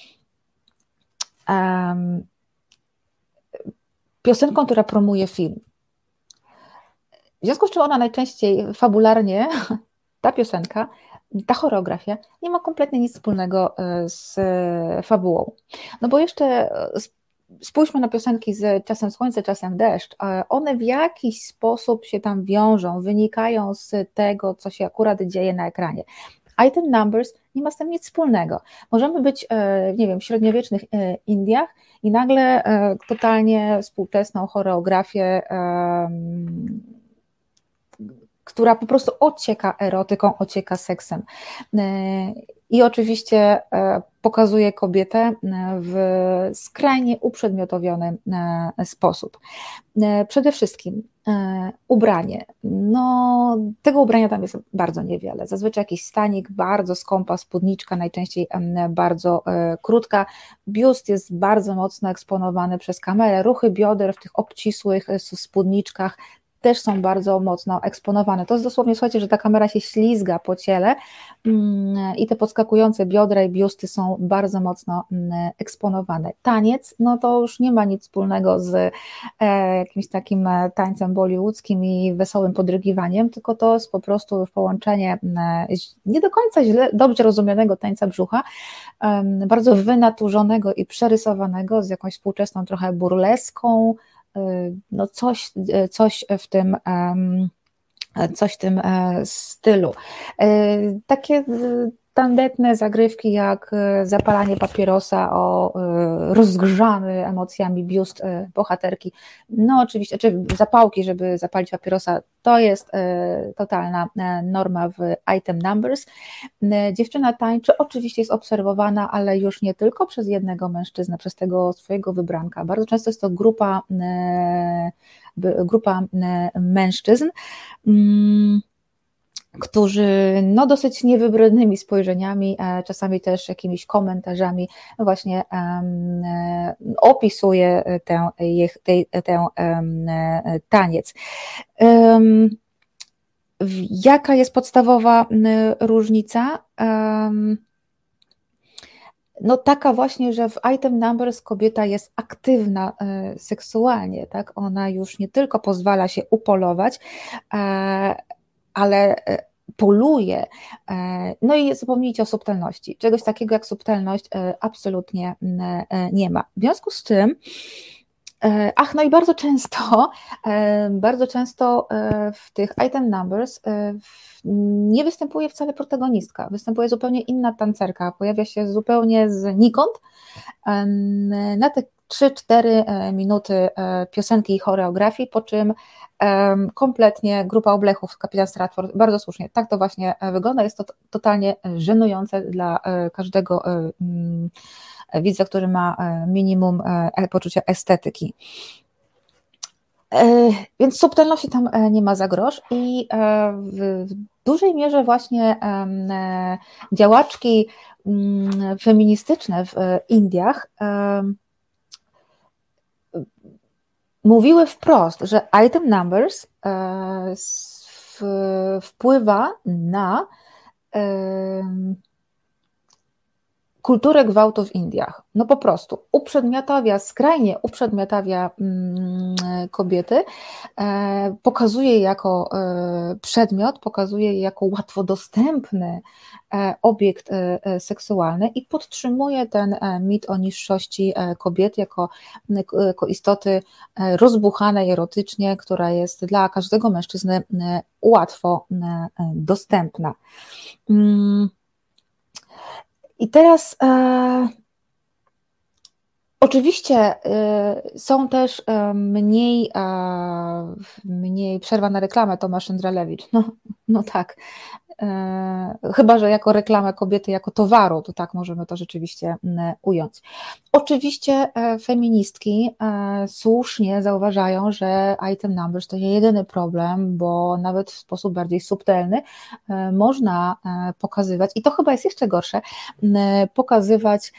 piosenką, która promuje film. W związku z czym ona najczęściej fabularnie, ta piosenka, ta choreografia nie ma kompletnie nic wspólnego z fabułą. No bo jeszcze spójrzmy na piosenki z Czasem Słońce, Czasem Deszcz. One w jakiś sposób się tam wiążą, wynikają z tego, co się akurat dzieje na ekranie. Item Numbers nie ma z tym nic wspólnego. Możemy być, nie wiem, w średniowiecznych Indiach i nagle totalnie współczesną choreografię, która po prostu ocieka erotyką, ocieka seksem. I oczywiście pokazuje kobietę w skrajnie uprzedmiotowiony sposób. Przede wszystkim ubranie. No, tego ubrania tam jest bardzo niewiele. Zazwyczaj jakiś stanik, bardzo skąpa spódniczka, najczęściej bardzo krótka. Biust jest bardzo mocno eksponowany przez kamerę. Ruchy bioder w tych obcisłych spódniczkach też są bardzo mocno eksponowane. To jest dosłownie, słuchajcie, że ta kamera się ślizga po ciele i te podskakujące biodra i biusty są bardzo mocno eksponowane. Taniec, no to już nie ma nic wspólnego z jakimś takim tańcem bollywoodzkim i wesołym podrygiwaniem, tylko to jest po prostu połączenie nie do końca dobrze rozumianego tańca brzucha, bardzo wynaturzonego i przerysowanego z jakąś współczesną trochę burleską, no coś w tym stylu. Takie tandetne zagrywki jak zapalanie papierosa o rozgrzany emocjami biust bohaterki, no oczywiście, czy zapałki, żeby zapalić papierosa, to jest totalna norma w Item Numbers. Dziewczyna tańczy, oczywiście jest obserwowana, ale już nie tylko przez jednego mężczyznę, przez tego swojego wybranka. Bardzo często jest to grupa mężczyzn, którzy no dosyć niewybrednymi spojrzeniami, czasami też jakimiś komentarzami właśnie opisuje ten taniec. Jaka jest podstawowa różnica? No taka właśnie, że w Item Numbers kobieta jest aktywna seksualnie, tak? Ona już nie tylko pozwala się upolować, ale poluje. No i zapomnijcie o subtelności. Czegoś takiego jak subtelność absolutnie nie ma. W związku z czym, no i bardzo często w tych Item Numbers nie występuje wcale protagonistka, występuje zupełnie inna tancerka, pojawia się zupełnie znikąd na te 3-4 minuty piosenki i choreografii, po czym kompletnie grupa oblechów, kapitan Stratford, bardzo słusznie, tak to właśnie wygląda, jest to totalnie żenujące dla każdego widza, który ma minimum poczucia estetyki. Więc subtelności tam nie ma za grosz i w dużej mierze właśnie działaczki feministyczne w Indiach mówiły wprost, że Item Numbers wpływa na kulturę gwałtu w Indiach. No po prostu skrajnie uprzedmiotawia kobiety, pokazuje je jako przedmiot, pokazuje je jako łatwo dostępny obiekt seksualny i podtrzymuje ten mit o niższości kobiet jako istoty rozbuchanej erotycznie, która jest dla każdego mężczyzny łatwo dostępna. I teraz Oczywiście są też mniej przerwa na reklamę, Tomasz Jędralewicz. No tak. Chyba że jako reklamę kobiety jako towaru, to tak możemy to rzeczywiście ująć. Oczywiście feministki słusznie zauważają, że item numbers to nie jedyny problem, bo nawet w sposób bardziej subtelny można pokazywać, i to chyba jest jeszcze gorsze, pokazywać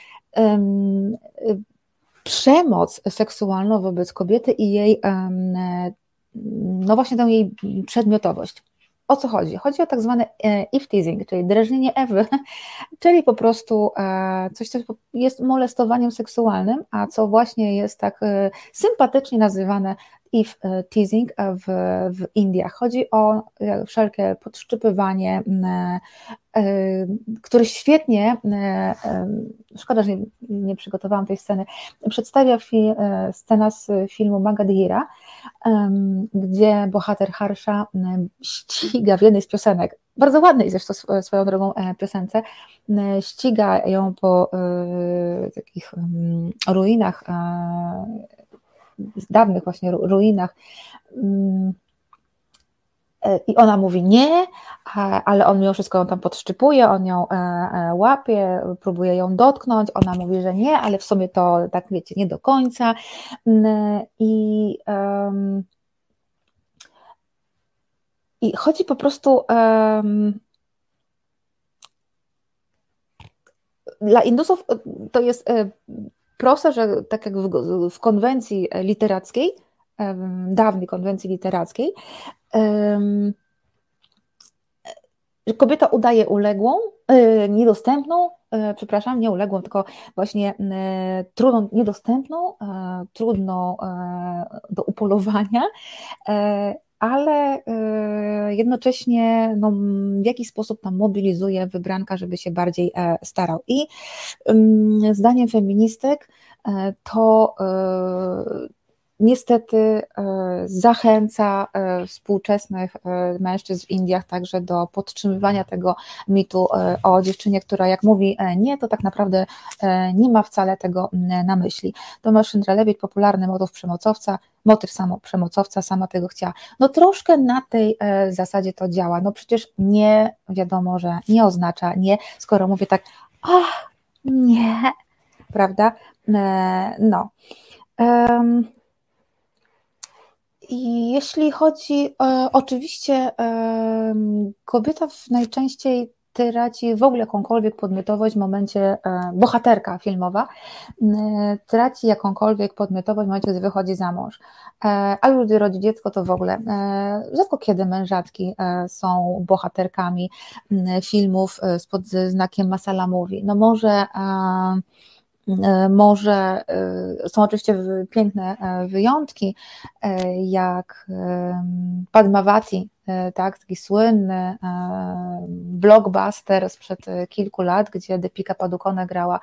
przemoc seksualną wobec kobiety i jej, no właśnie tę jej przedmiotowość. O co chodzi? Chodzi o tak zwane Eve teasing, czyli drażnienie Ewy, czyli po prostu coś, co jest molestowaniem seksualnym, a co właśnie jest tak sympatycznie nazywane Eve teasing w Indiach. Chodzi o wszelkie podszczypywanie, które świetnie, szkoda, że nie przygotowałam tej sceny, przedstawia scena z filmu Magadhira, gdzie bohater Harsha ściga w jednej z piosenek, bardzo ładnej zresztą swoją drogą piosence, ściga ją po takich ruinach, dawnych właśnie ruinach, i ona mówi nie, ale on mimo wszystko ją tam podszczypuje, on ją łapie, próbuje ją dotknąć, ona mówi, że nie, ale w sumie to tak wiecie, nie do końca. I chodzi po prostu dla Indusów to jest proste, że tak jak w konwencji literackiej, dawnej konwencji literackiej, kobieta udaje uległą, niedostępną, przepraszam, nie uległą, tylko właśnie trudną, niedostępną, trudną do upolowania, ale jednocześnie no, w jakiś sposób tam mobilizuje wybranka, żeby się bardziej starał. I zdaniem feministek to niestety zachęca współczesnych mężczyzn w Indiach także do podtrzymywania tego mitu o dziewczynie, która jak mówi nie, to tak naprawdę nie ma wcale tego na myśli. Tomasz Jędralewicz, popularny motyw przemocowca, sama tego chciała. No troszkę na tej zasadzie to działa. No przecież nie wiadomo, że nie oznacza nie, skoro mówię tak, ach, nie, prawda? No. I jeśli chodzi, oczywiście kobieta najczęściej traci w ogóle jakąkolwiek podmiotowość w momencie, bohaterka filmowa traci jakąkolwiek podmiotowość w momencie, gdy wychodzi za mąż. A już gdy rodzi dziecko, to w ogóle rzadko kiedy mężatki są bohaterkami filmów pod znakiem masala movie. No może są oczywiście piękne wyjątki, jak Padmavati, tak, taki słynny blockbuster sprzed kilku lat, gdzie Deepika Padukone grała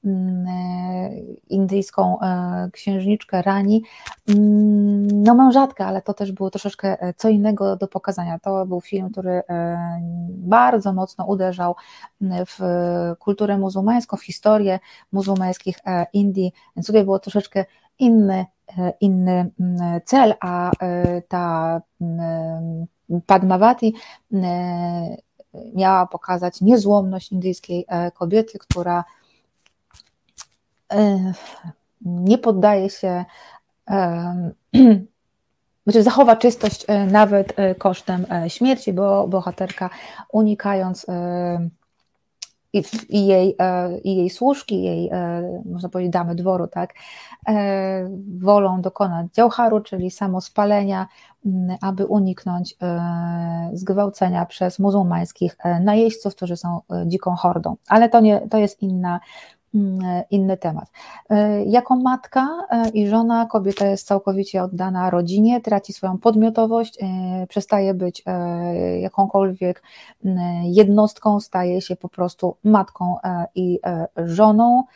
indyjską księżniczkę Rani, no mężatkę, ale to też było troszeczkę co innego do pokazania. To był film, który bardzo mocno uderzał w kulturę muzułmańską, w historię muzułmańskich Indii, więc tutaj było troszeczkę inny cel, a ta Padmavati miała pokazać niezłomność indyjskiej kobiety, która nie poddaje się, znaczy zachowa czystość nawet kosztem śmierci, bo bohaterka, unikając i jej służki, jej, można powiedzieć, damy dworu, tak, wolą dokonać dżauharu, czyli samospalenia, aby uniknąć zgwałcenia przez muzułmańskich najeźdźców, którzy są dziką hordą. Ale to jest inny temat. Jako matka i żona kobieta jest całkowicie oddana rodzinie, traci swoją podmiotowość, przestaje być jakąkolwiek jednostką, staje się po prostu matką i żoną,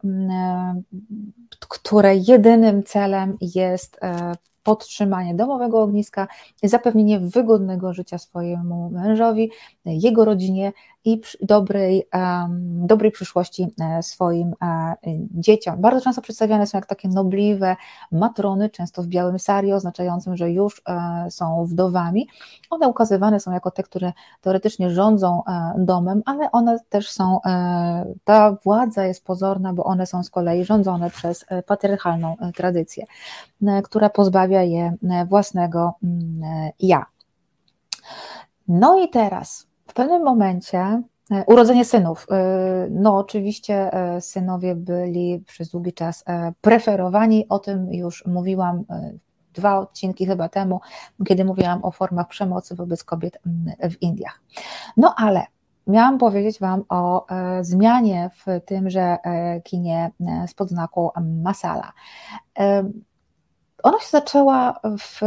której jedynym celem jest podtrzymanie domowego ogniska, zapewnienie wygodnego życia swojemu mężowi, jego rodzinie i dobrej przyszłości swoim dzieciom. Bardzo często przedstawiane są jak takie nobliwe matrony, często w białym sari, oznaczającym, że już są wdowami. One ukazywane są jako te, które teoretycznie rządzą domem, ale one też są, ta władza jest pozorna, bo one są z kolei rządzone przez patriarchalną tradycję, która pozbawia je własnego ja. No i teraz w pewnym momencie urodzenie synów. No oczywiście synowie byli przez długi czas preferowani, o tym już mówiłam 2 odcinki chyba temu, kiedy mówiłam o formach przemocy wobec kobiet w Indiach. No ale miałam powiedzieć Wam o zmianie w tymże kinie spod znaku masala. Ona się zaczęła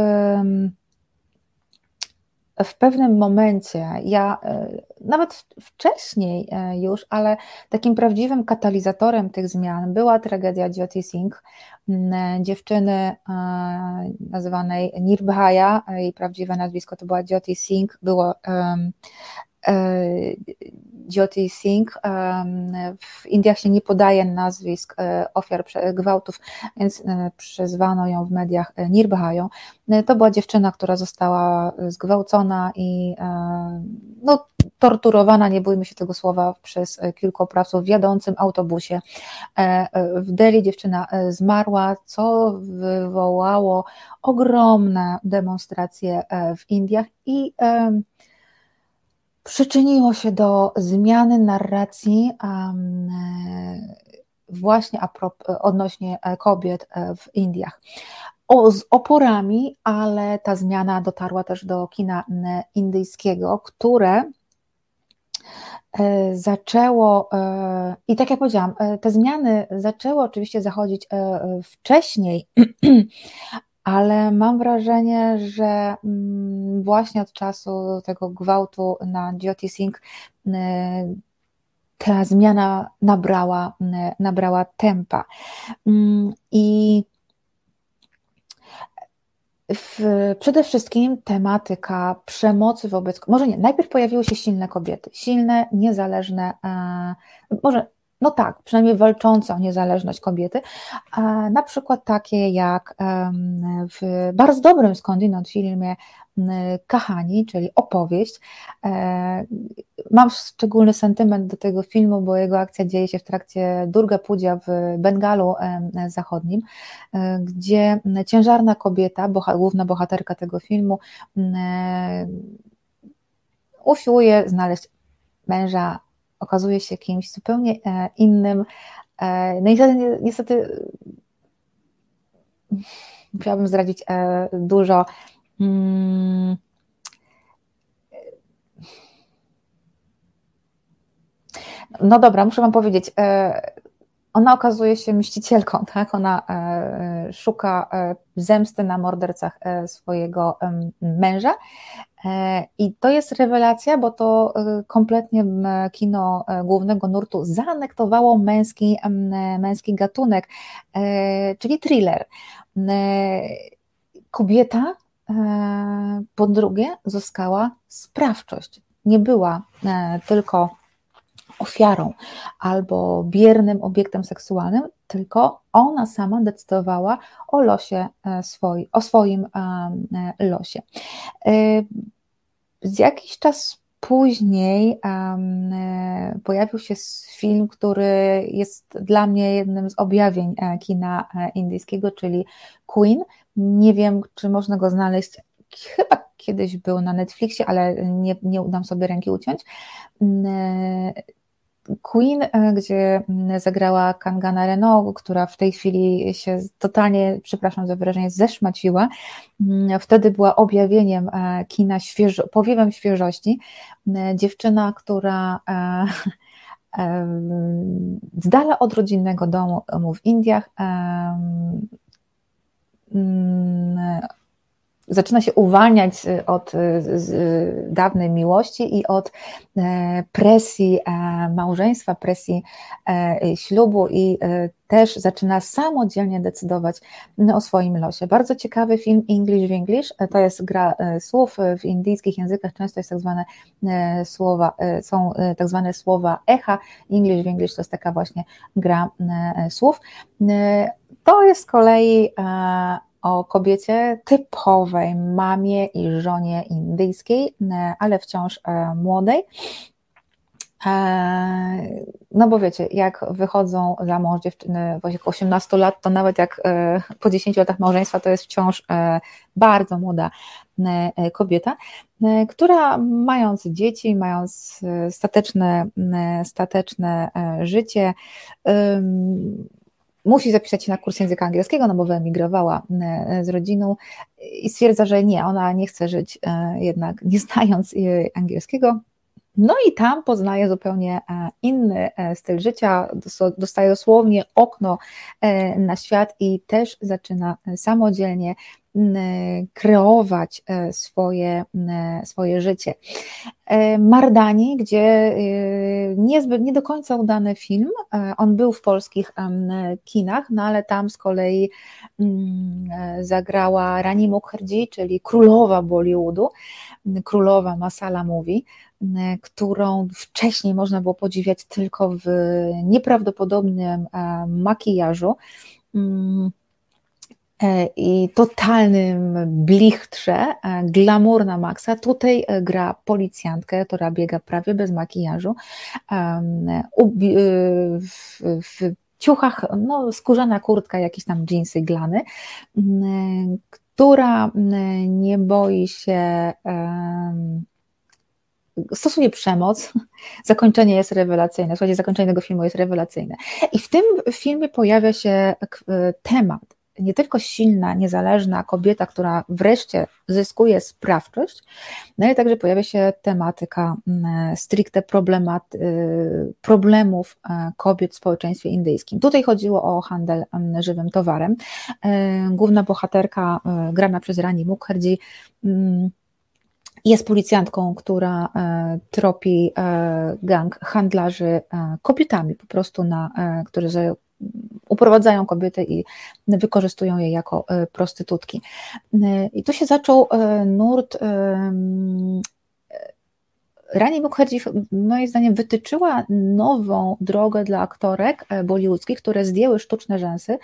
w pewnym momencie, ja nawet wcześniej już, ale takim prawdziwym katalizatorem tych zmian była tragedia Jyoti Singh, dziewczyny nazywanej Nirbhaya, jej prawdziwe nazwisko to była Jyoti Singh, było Jyoti Singh. W Indiach się nie podaje nazwisk ofiar gwałtów, więc przyzwano ją w mediach Nirbhają. To była dziewczyna, która została zgwałcona i no, torturowana, nie bójmy się tego słowa, przez kilku oprawców w jadącym autobusie w Delhi. Dziewczyna zmarła, co wywołało ogromne demonstracje w Indiach i przyczyniło się do zmiany narracji właśnie odnośnie kobiet w Indiach. Z oporami, ale ta zmiana dotarła też do kina indyjskiego, które zaczęło, i tak jak powiedziałam, te zmiany zaczęły oczywiście zachodzić wcześniej, ale mam wrażenie, że właśnie od czasu tego gwałtu na Jyoti Singh ta zmiana nabrała tempa. I przede wszystkim tematyka przemocy wobec, może nie, najpierw pojawiły się silne kobiety, silne, niezależne, może, no tak, przynajmniej walczące o niezależność kobiety, na przykład takie jak w bardzo dobrym skądinąd filmie Kahani, czyli opowieść. Mam szczególny sentyment do tego filmu, bo jego akcja dzieje się w trakcie Durga Puja w Bengalu zachodnim, gdzie ciężarna kobieta, główna bohaterka tego filmu, usiłuje znaleźć męża, okazuje się kimś zupełnie innym. No i niestety musiałabym zdradzić dużo. No dobra, muszę Wam powiedzieć, ona okazuje się mścicielką, tak? Ona szuka zemsty na mordercach swojego męża i to jest rewelacja, bo to kompletnie kino głównego nurtu zaanektowało męski gatunek, czyli thriller. Kobieta po drugie zyskała sprawczość, nie była tylko ofiarą albo biernym obiektem seksualnym, tylko ona sama decydowała o losie o swoim losie. Z jakiś czas później pojawił się film, który jest dla mnie jednym z objawień kina indyjskiego, czyli Queen. Nie wiem, czy można go znaleźć, chyba kiedyś był na Netflixie, ale nie udam sobie ręki uciąć. Queen, gdzie zagrała Kangana Ranaut, która w tej chwili się totalnie, przepraszam za wyrażenie, zeszmaciła. Wtedy była objawieniem kina, powiewem świeżości. Dziewczyna, która z dala od rodzinnego domu w Indiach zaczyna się uwalniać od dawnej miłości i od presji małżeństwa, presji ślubu i też zaczyna samodzielnie decydować o swoim losie. Bardzo ciekawy film English w English, to jest gra słów w indyjskich językach, często jest tak zwane słowa, są tak zwane słowa echa. English w English to jest taka właśnie gra słów. To jest z kolei o kobiecie typowej mamie i żonie indyjskiej, ale wciąż młodej. No bo wiecie, jak wychodzą za mąż dziewczyny w wieku 18 lat, to nawet jak po 10 latach małżeństwa to jest wciąż bardzo młoda kobieta, która mając dzieci, mając stateczne życie, musi zapisać się na kurs języka angielskiego, no bo wyemigrowała z rodziną i stwierdza, że nie, ona nie chce żyć jednak nie znając angielskiego. No i tam poznaje zupełnie inny styl życia, dostaje dosłownie okno na świat i też zaczyna samodzielnie kreować swoje życie. Mardani, gdzie nie do końca udany film, on był w polskich kinach, no ale tam z kolei zagrała Rani Mukherjee, czyli królowa Bollywoodu, królowa masala movie, którą wcześniej można było podziwiać tylko w nieprawdopodobnym makijażu i totalnym blichtrze, glamour na maksa. Tutaj gra policjantkę, która biega prawie bez makijażu, w ciuchach, no, skórzana kurtka, jakieś tam dżinsy, glany, która nie boi się, stosuje przemoc. Zakończenie jest rewelacyjne. Słuchajcie, zakończenie tego filmu jest rewelacyjne. I w tym filmie pojawia się temat, nie tylko silna, niezależna kobieta, która wreszcie zyskuje sprawczość, no ale także pojawia się tematyka stricte problemów kobiet w społeczeństwie indyjskim. Tutaj chodziło o handel żywym towarem. Główna bohaterka, grana przez Rani Mukherjee, jest policjantką, która tropi gang handlarzy kobietami, po prostu którzy uprowadzają kobiety i wykorzystują je jako prostytutki. I tu się zaczął nurt. Rani Mukherjee moim zdaniem wytyczyła nową drogę dla aktorek bollywoodzkich, które zdjęły sztuczne rzęsy,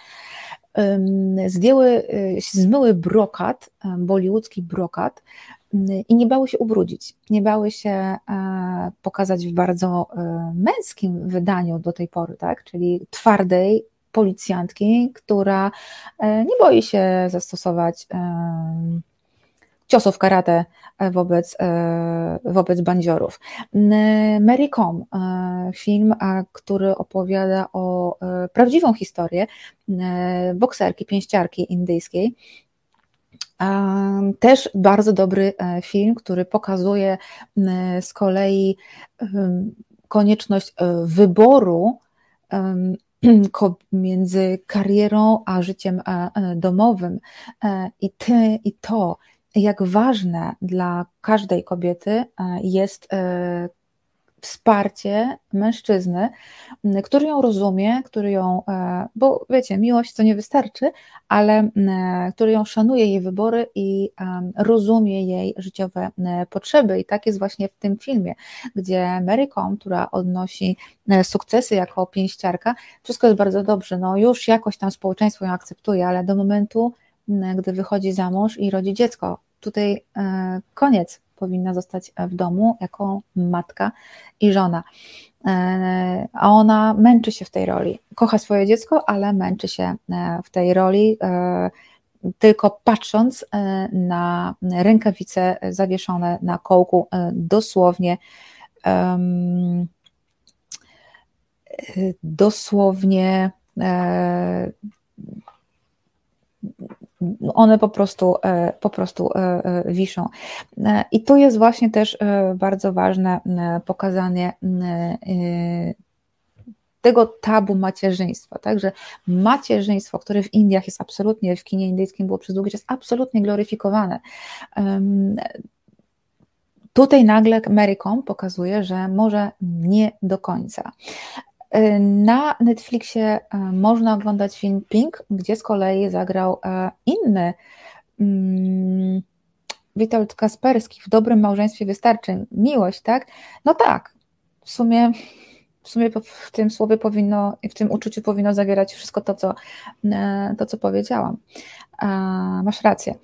zmyły brokat, bollywoodzki brokat i nie bały się ubrudzić, nie bały się pokazać w bardzo męskim wydaniu do tej pory, tak? Czyli twardej policjantki, która nie boi się zastosować ciosów karate wobec bandziorów. Mary Kom, film, który opowiada o prawdziwą historię bokserki, pięściarki indyjskiej. Też bardzo dobry film, który pokazuje z kolei konieczność wyboru między karierą a życiem domowym i to, jak ważne dla każdej kobiety jest wsparcie mężczyzny, który ją rozumie, bo wiecie, miłość to nie wystarczy, ale który ją szanuje, jej wybory i rozumie jej życiowe potrzeby. I tak jest właśnie w tym filmie, gdzie Mary Kom, która odnosi sukcesy jako pięściarka, wszystko jest bardzo dobrze, no już jakoś tam społeczeństwo ją akceptuje, ale do momentu, gdy wychodzi za mąż i rodzi dziecko, tutaj koniec, powinna zostać w domu jako matka i żona. A ona męczy się w tej roli. Kocha swoje dziecko, ale męczy się w tej roli, tylko patrząc na rękawice zawieszone na kołku, dosłownie one po prostu wiszą. I tu jest właśnie też bardzo ważne pokazanie tego tabu macierzyństwa, także macierzyństwo, które w Indiach jest absolutnie, w kinie indyjskim było przez długi czas absolutnie gloryfikowane. Tutaj nagle Mary Kom pokazuje, że może nie do końca. Na Netflixie można oglądać film Pink, gdzie z kolei zagrał inny Witold Kasperski. W dobrym małżeństwie wystarczy miłość, tak? No tak, w sumie w tym słowie powinno, w tym uczuciu powinno zawierać wszystko to, co powiedziałam. Masz rację.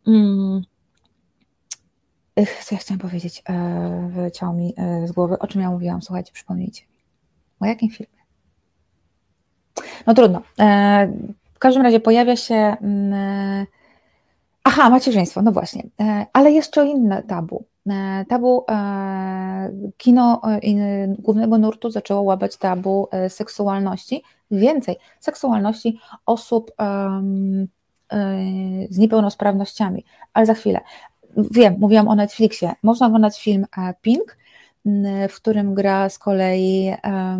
Co ja chciałam powiedzieć? Wyleciało mi z głowy, o czym ja mówiłam, słuchajcie, przypomnijcie. O jakim filmie? No trudno. W każdym razie pojawia się... Aha, macierzyństwo, no właśnie. Ale jeszcze inne tabu. Kino głównego nurtu zaczęło łapać tabu seksualności. Więcej, seksualności osób z niepełnosprawnościami. Ale za chwilę. Wiem, mówiłam o Netflixie. Można oglądać film Pink, w którym gra z kolei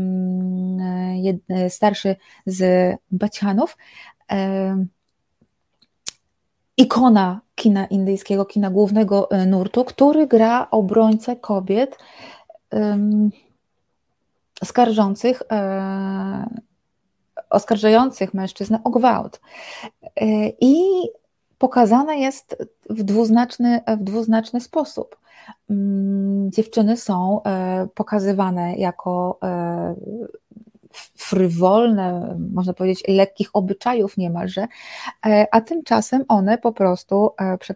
starszy z Bacianów, ikona kina indyjskiego, kina głównego nurtu, który gra obrońcę kobiet oskarżających mężczyznę o gwałt. I pokazane jest w dwuznaczny sposób. Dziewczyny są pokazywane jako frywolne, można powiedzieć, lekkich obyczajów niemalże, a tymczasem one po prostu,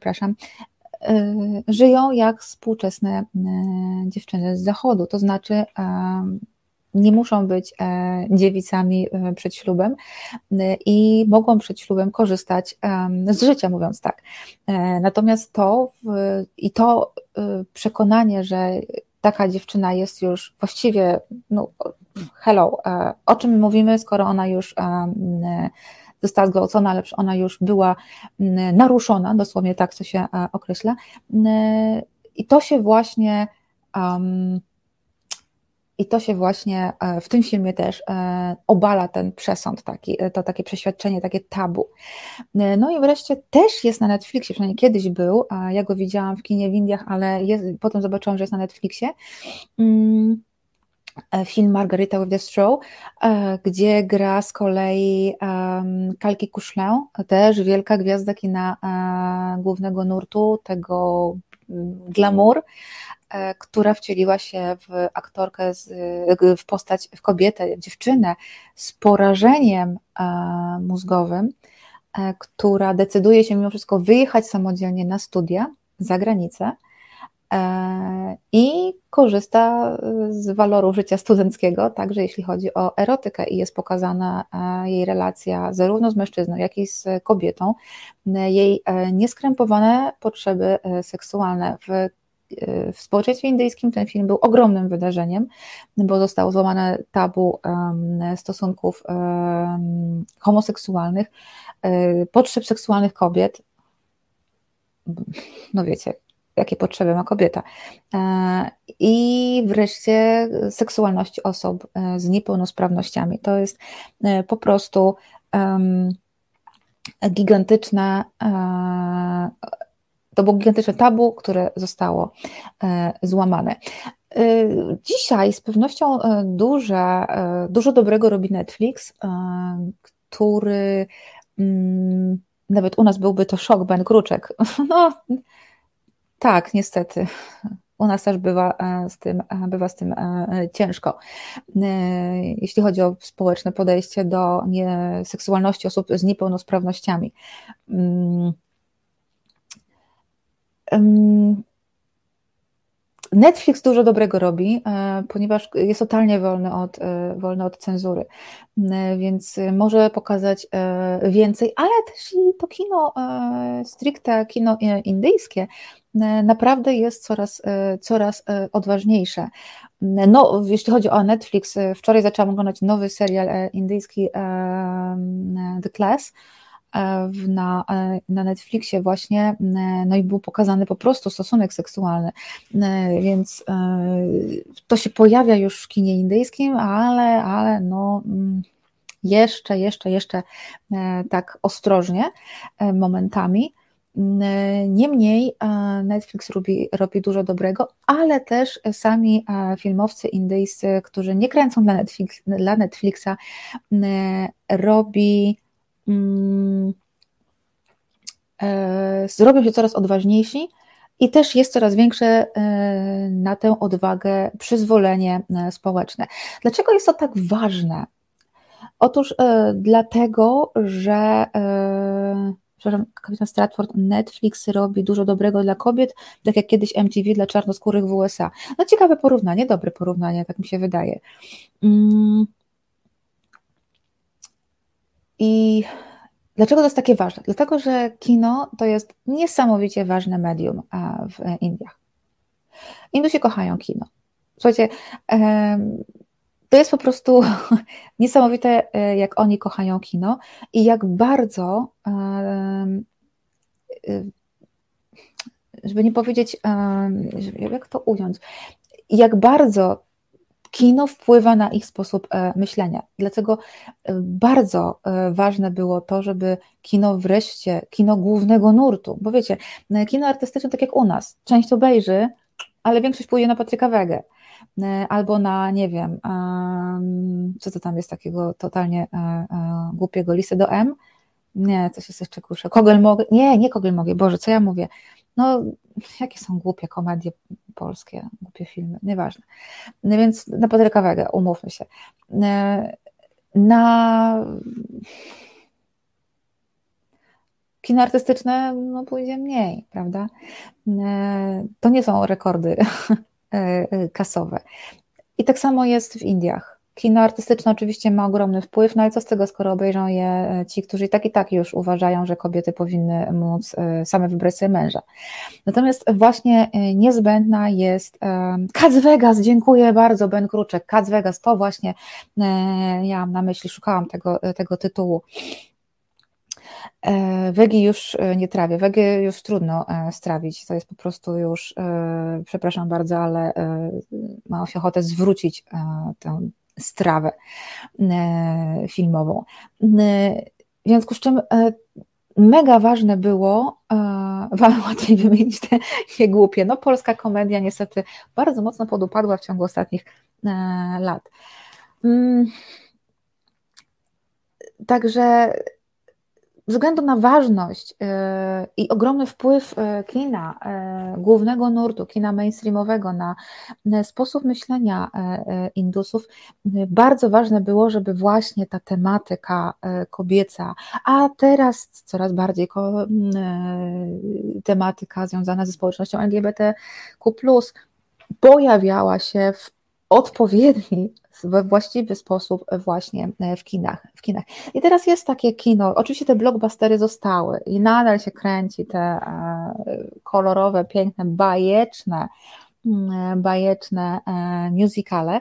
żyją jak współczesne dziewczyny z zachodu, to znaczy nie muszą być dziewicami przed ślubem i mogą przed ślubem korzystać z życia, mówiąc tak. Natomiast to przekonanie, że taka dziewczyna jest już właściwie, no hello, o czym mówimy, skoro ona już została zgwałcona, ale ona już była naruszona, dosłownie tak to się określa. I to się właśnie w tym filmie też obala ten przesąd, to takie przeświadczenie, takie tabu. No i wreszcie też jest na Netflixie, przynajmniej kiedyś był, ja go widziałam w kinie w Indiach, ale potem zobaczyłam, że jest na Netflixie, film Margarita with the Straw, gdzie gra z kolei Kalki Kushlan, też wielka gwiazda kina głównego nurtu, tego glamour, która wcieliła się w aktorkę, w postać, w kobietę, w dziewczynę z porażeniem mózgowym, która decyduje się mimo wszystko wyjechać samodzielnie na studia za granicę i korzysta z waloru życia studenckiego, także jeśli chodzi o erotykę, i jest pokazana jej relacja zarówno z mężczyzną, jak i z kobietą, jej nieskrępowane potrzeby seksualne. W społeczeństwie indyjskim ten film był ogromnym wydarzeniem, bo zostało złamane tabu stosunków homoseksualnych, potrzeb seksualnych kobiet. No wiecie, jakie potrzeby ma kobieta. I wreszcie seksualności osób z niepełnosprawnościami. To jest po prostu gigantyczne. To było gigantyczne tabu, które zostało złamane. Dzisiaj z pewnością dużo dobrego robi Netflix, który nawet u nas byłby to szok, Ben Kruczek. No tak, niestety. U nas też bywa z tym ciężko. Jeśli chodzi o społeczne podejście do seksualności osób z niepełnosprawnościami. Netflix dużo dobrego robi, ponieważ jest totalnie wolny od cenzury, więc może pokazać więcej, ale też i to kino stricte, kino indyjskie naprawdę jest coraz odważniejsze. No, jeśli chodzi o Netflix, wczoraj zaczęłam oglądać nowy serial indyjski The Class, na Netflixie właśnie, no i był pokazany po prostu stosunek seksualny, więc to się pojawia już w kinie indyjskim, ale no jeszcze tak ostrożnie momentami. Niemniej Netflix robi dużo dobrego, ale też sami filmowcy indyjscy, którzy nie kręcą dla Netflixa, zrobią się coraz odważniejsi i też jest coraz większe na tę odwagę przyzwolenie społeczne. Dlaczego jest to tak ważne? Otóż dlatego, że kapitan Stratford, Netflix robi dużo dobrego dla kobiet, tak jak kiedyś MTV dla czarnoskórych w USA. No ciekawe porównanie, dobre porównanie, tak mi się wydaje. I dlaczego to jest takie ważne? Dlatego, że kino to jest niesamowicie ważne medium w Indiach. Indusi kochają kino. Słuchajcie, to jest po prostu niesamowite, jak oni kochają kino i jak bardzo, żeby nie powiedzieć, jak to ująć, jak bardzo kino wpływa na ich sposób myślenia. Dlatego bardzo ważne było to, żeby kino głównego nurtu, bo wiecie, kino artystyczne tak jak u nas, część obejrzy, ale większość pójdzie na Patryka Wegę, albo na, nie wiem, co to tam jest takiego totalnie głupiego, Lisę do M? Nie, coś jest jeszcze kurczę. Kogel-mogel? Nie Kogel-mogel, Boże, co ja mówię? No, jakie są głupie komedie polskie, głupie filmy, nieważne. No więc na Patryka Wegę, umówmy się. Na kino artystyczne no, pójdzie mniej, prawda? To nie są rekordy kasowe. I tak samo jest w Indiach. Kino artystyczne oczywiście ma ogromny wpływ, no ale co z tego, skoro obejrzą je ci, którzy i tak już uważają, że kobiety powinny móc same wybrać sobie męża. Natomiast właśnie niezbędna jest Cats Vegas, dziękuję bardzo, Ben Kruczek, Cats Vegas, to właśnie ja mam na myśli, szukałam tego tytułu. Wegi już nie trawię, wegi już trudno strawić, to jest po prostu już, przepraszam bardzo, ale mam się ochotę zwrócić tę strawę filmową. W związku z czym mega ważne było, łatwiej wymienić te głupie, no polska komedia niestety bardzo mocno podupadła w ciągu ostatnich lat. Także ze względu na ważność i ogromny wpływ kina, głównego nurtu, kina mainstreamowego na sposób myślenia Indusów, bardzo ważne było, żeby właśnie ta tematyka kobieca, a teraz coraz bardziej tematyka związana ze społecznością LGBTQ+, pojawiała się w odpowiedni, we właściwy sposób właśnie w kinach. I teraz jest takie kino, oczywiście te blockbustery zostały i nadal się kręci te kolorowe, piękne, bajeczne musicale,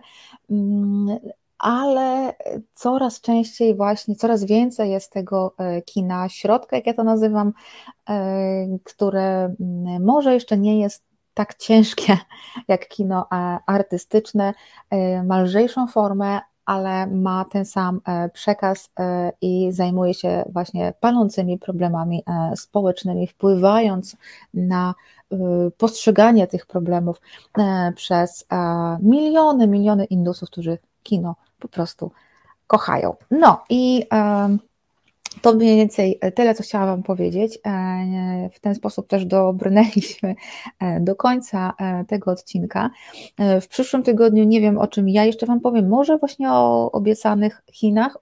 ale coraz częściej właśnie, coraz więcej jest tego kina środka, jak ja to nazywam, które może jeszcze nie jest tak ciężkie jak kino artystyczne, ma lżejszą formę, ale ma ten sam przekaz i zajmuje się właśnie palącymi problemami społecznymi, wpływając na postrzeganie tych problemów przez miliony Indusów, którzy kino po prostu kochają. No i to mniej więcej tyle, co chciałam Wam powiedzieć. W ten sposób też dobrnęliśmy do końca tego odcinka. W przyszłym tygodniu nie wiem, o czym ja jeszcze Wam powiem. Może właśnie o obiecanych Chinach,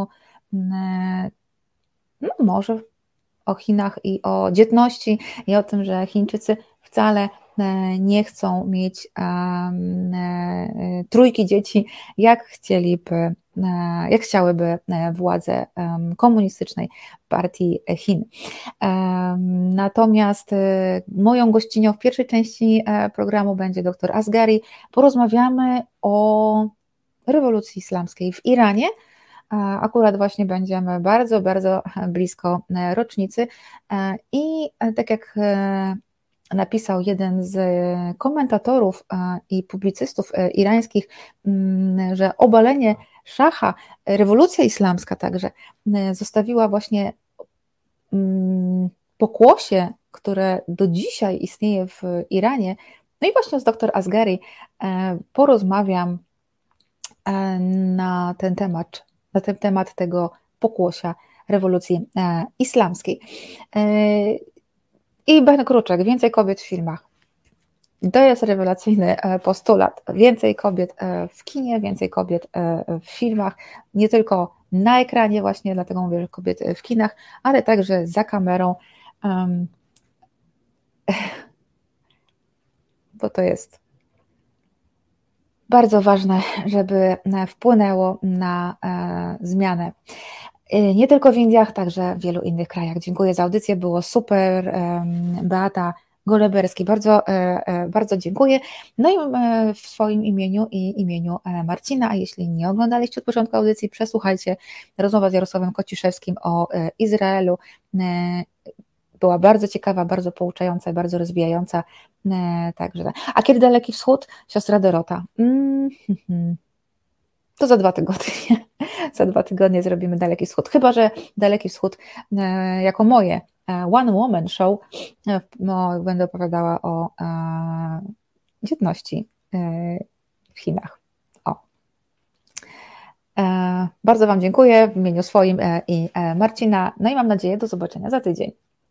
może o Chinach i o dzietności i o tym, że Chińczycy wcale nie chcą mieć trójki dzieci, jak chciałyby władze komunistycznej partii Chin. Natomiast moją gościnią w pierwszej części programu będzie dr Asghari. Porozmawiamy o rewolucji islamskiej w Iranie, Akurat właśnie będziemy bardzo, bardzo blisko rocznicy i tak jak napisał jeden z komentatorów i publicystów irańskich, że obalenie szacha, rewolucja islamska także zostawiła właśnie pokłosie, które do dzisiaj istnieje w Iranie. No i właśnie z dr Asghari porozmawiam na ten temat tego pokłosia rewolucji islamskiej. I Ben Kruczek, więcej kobiet w filmach. To jest rewelacyjny postulat. Więcej kobiet w kinie, więcej kobiet w filmach, nie tylko na ekranie właśnie, dlatego mówię, że kobiety w kinach, ale także za kamerą, bo to jest bardzo ważne, żeby wpłynęło na zmianę. Nie tylko w Indiach, także w wielu innych krajach. Dziękuję za audycję, było super. Beata Goleberski, bardzo, bardzo dziękuję. No i w swoim imieniu i imieniu Marcina, a jeśli nie oglądaliście od początku audycji, przesłuchajcie rozmowę z Jarosławem Kociszewskim o Izraelu. Była bardzo ciekawa, bardzo pouczająca, bardzo rozwijająca. Także. A kiedy Daleki Wschód? Siostra Dorota. To za 2 tygodnie. Za 2 tygodnie zrobimy Daleki Wschód. Chyba że Daleki Wschód jako moje one woman show będę opowiadała o dzietności w Chinach. Bardzo Wam dziękuję w imieniu swoim i Marcina. No i mam nadzieję do zobaczenia za tydzień.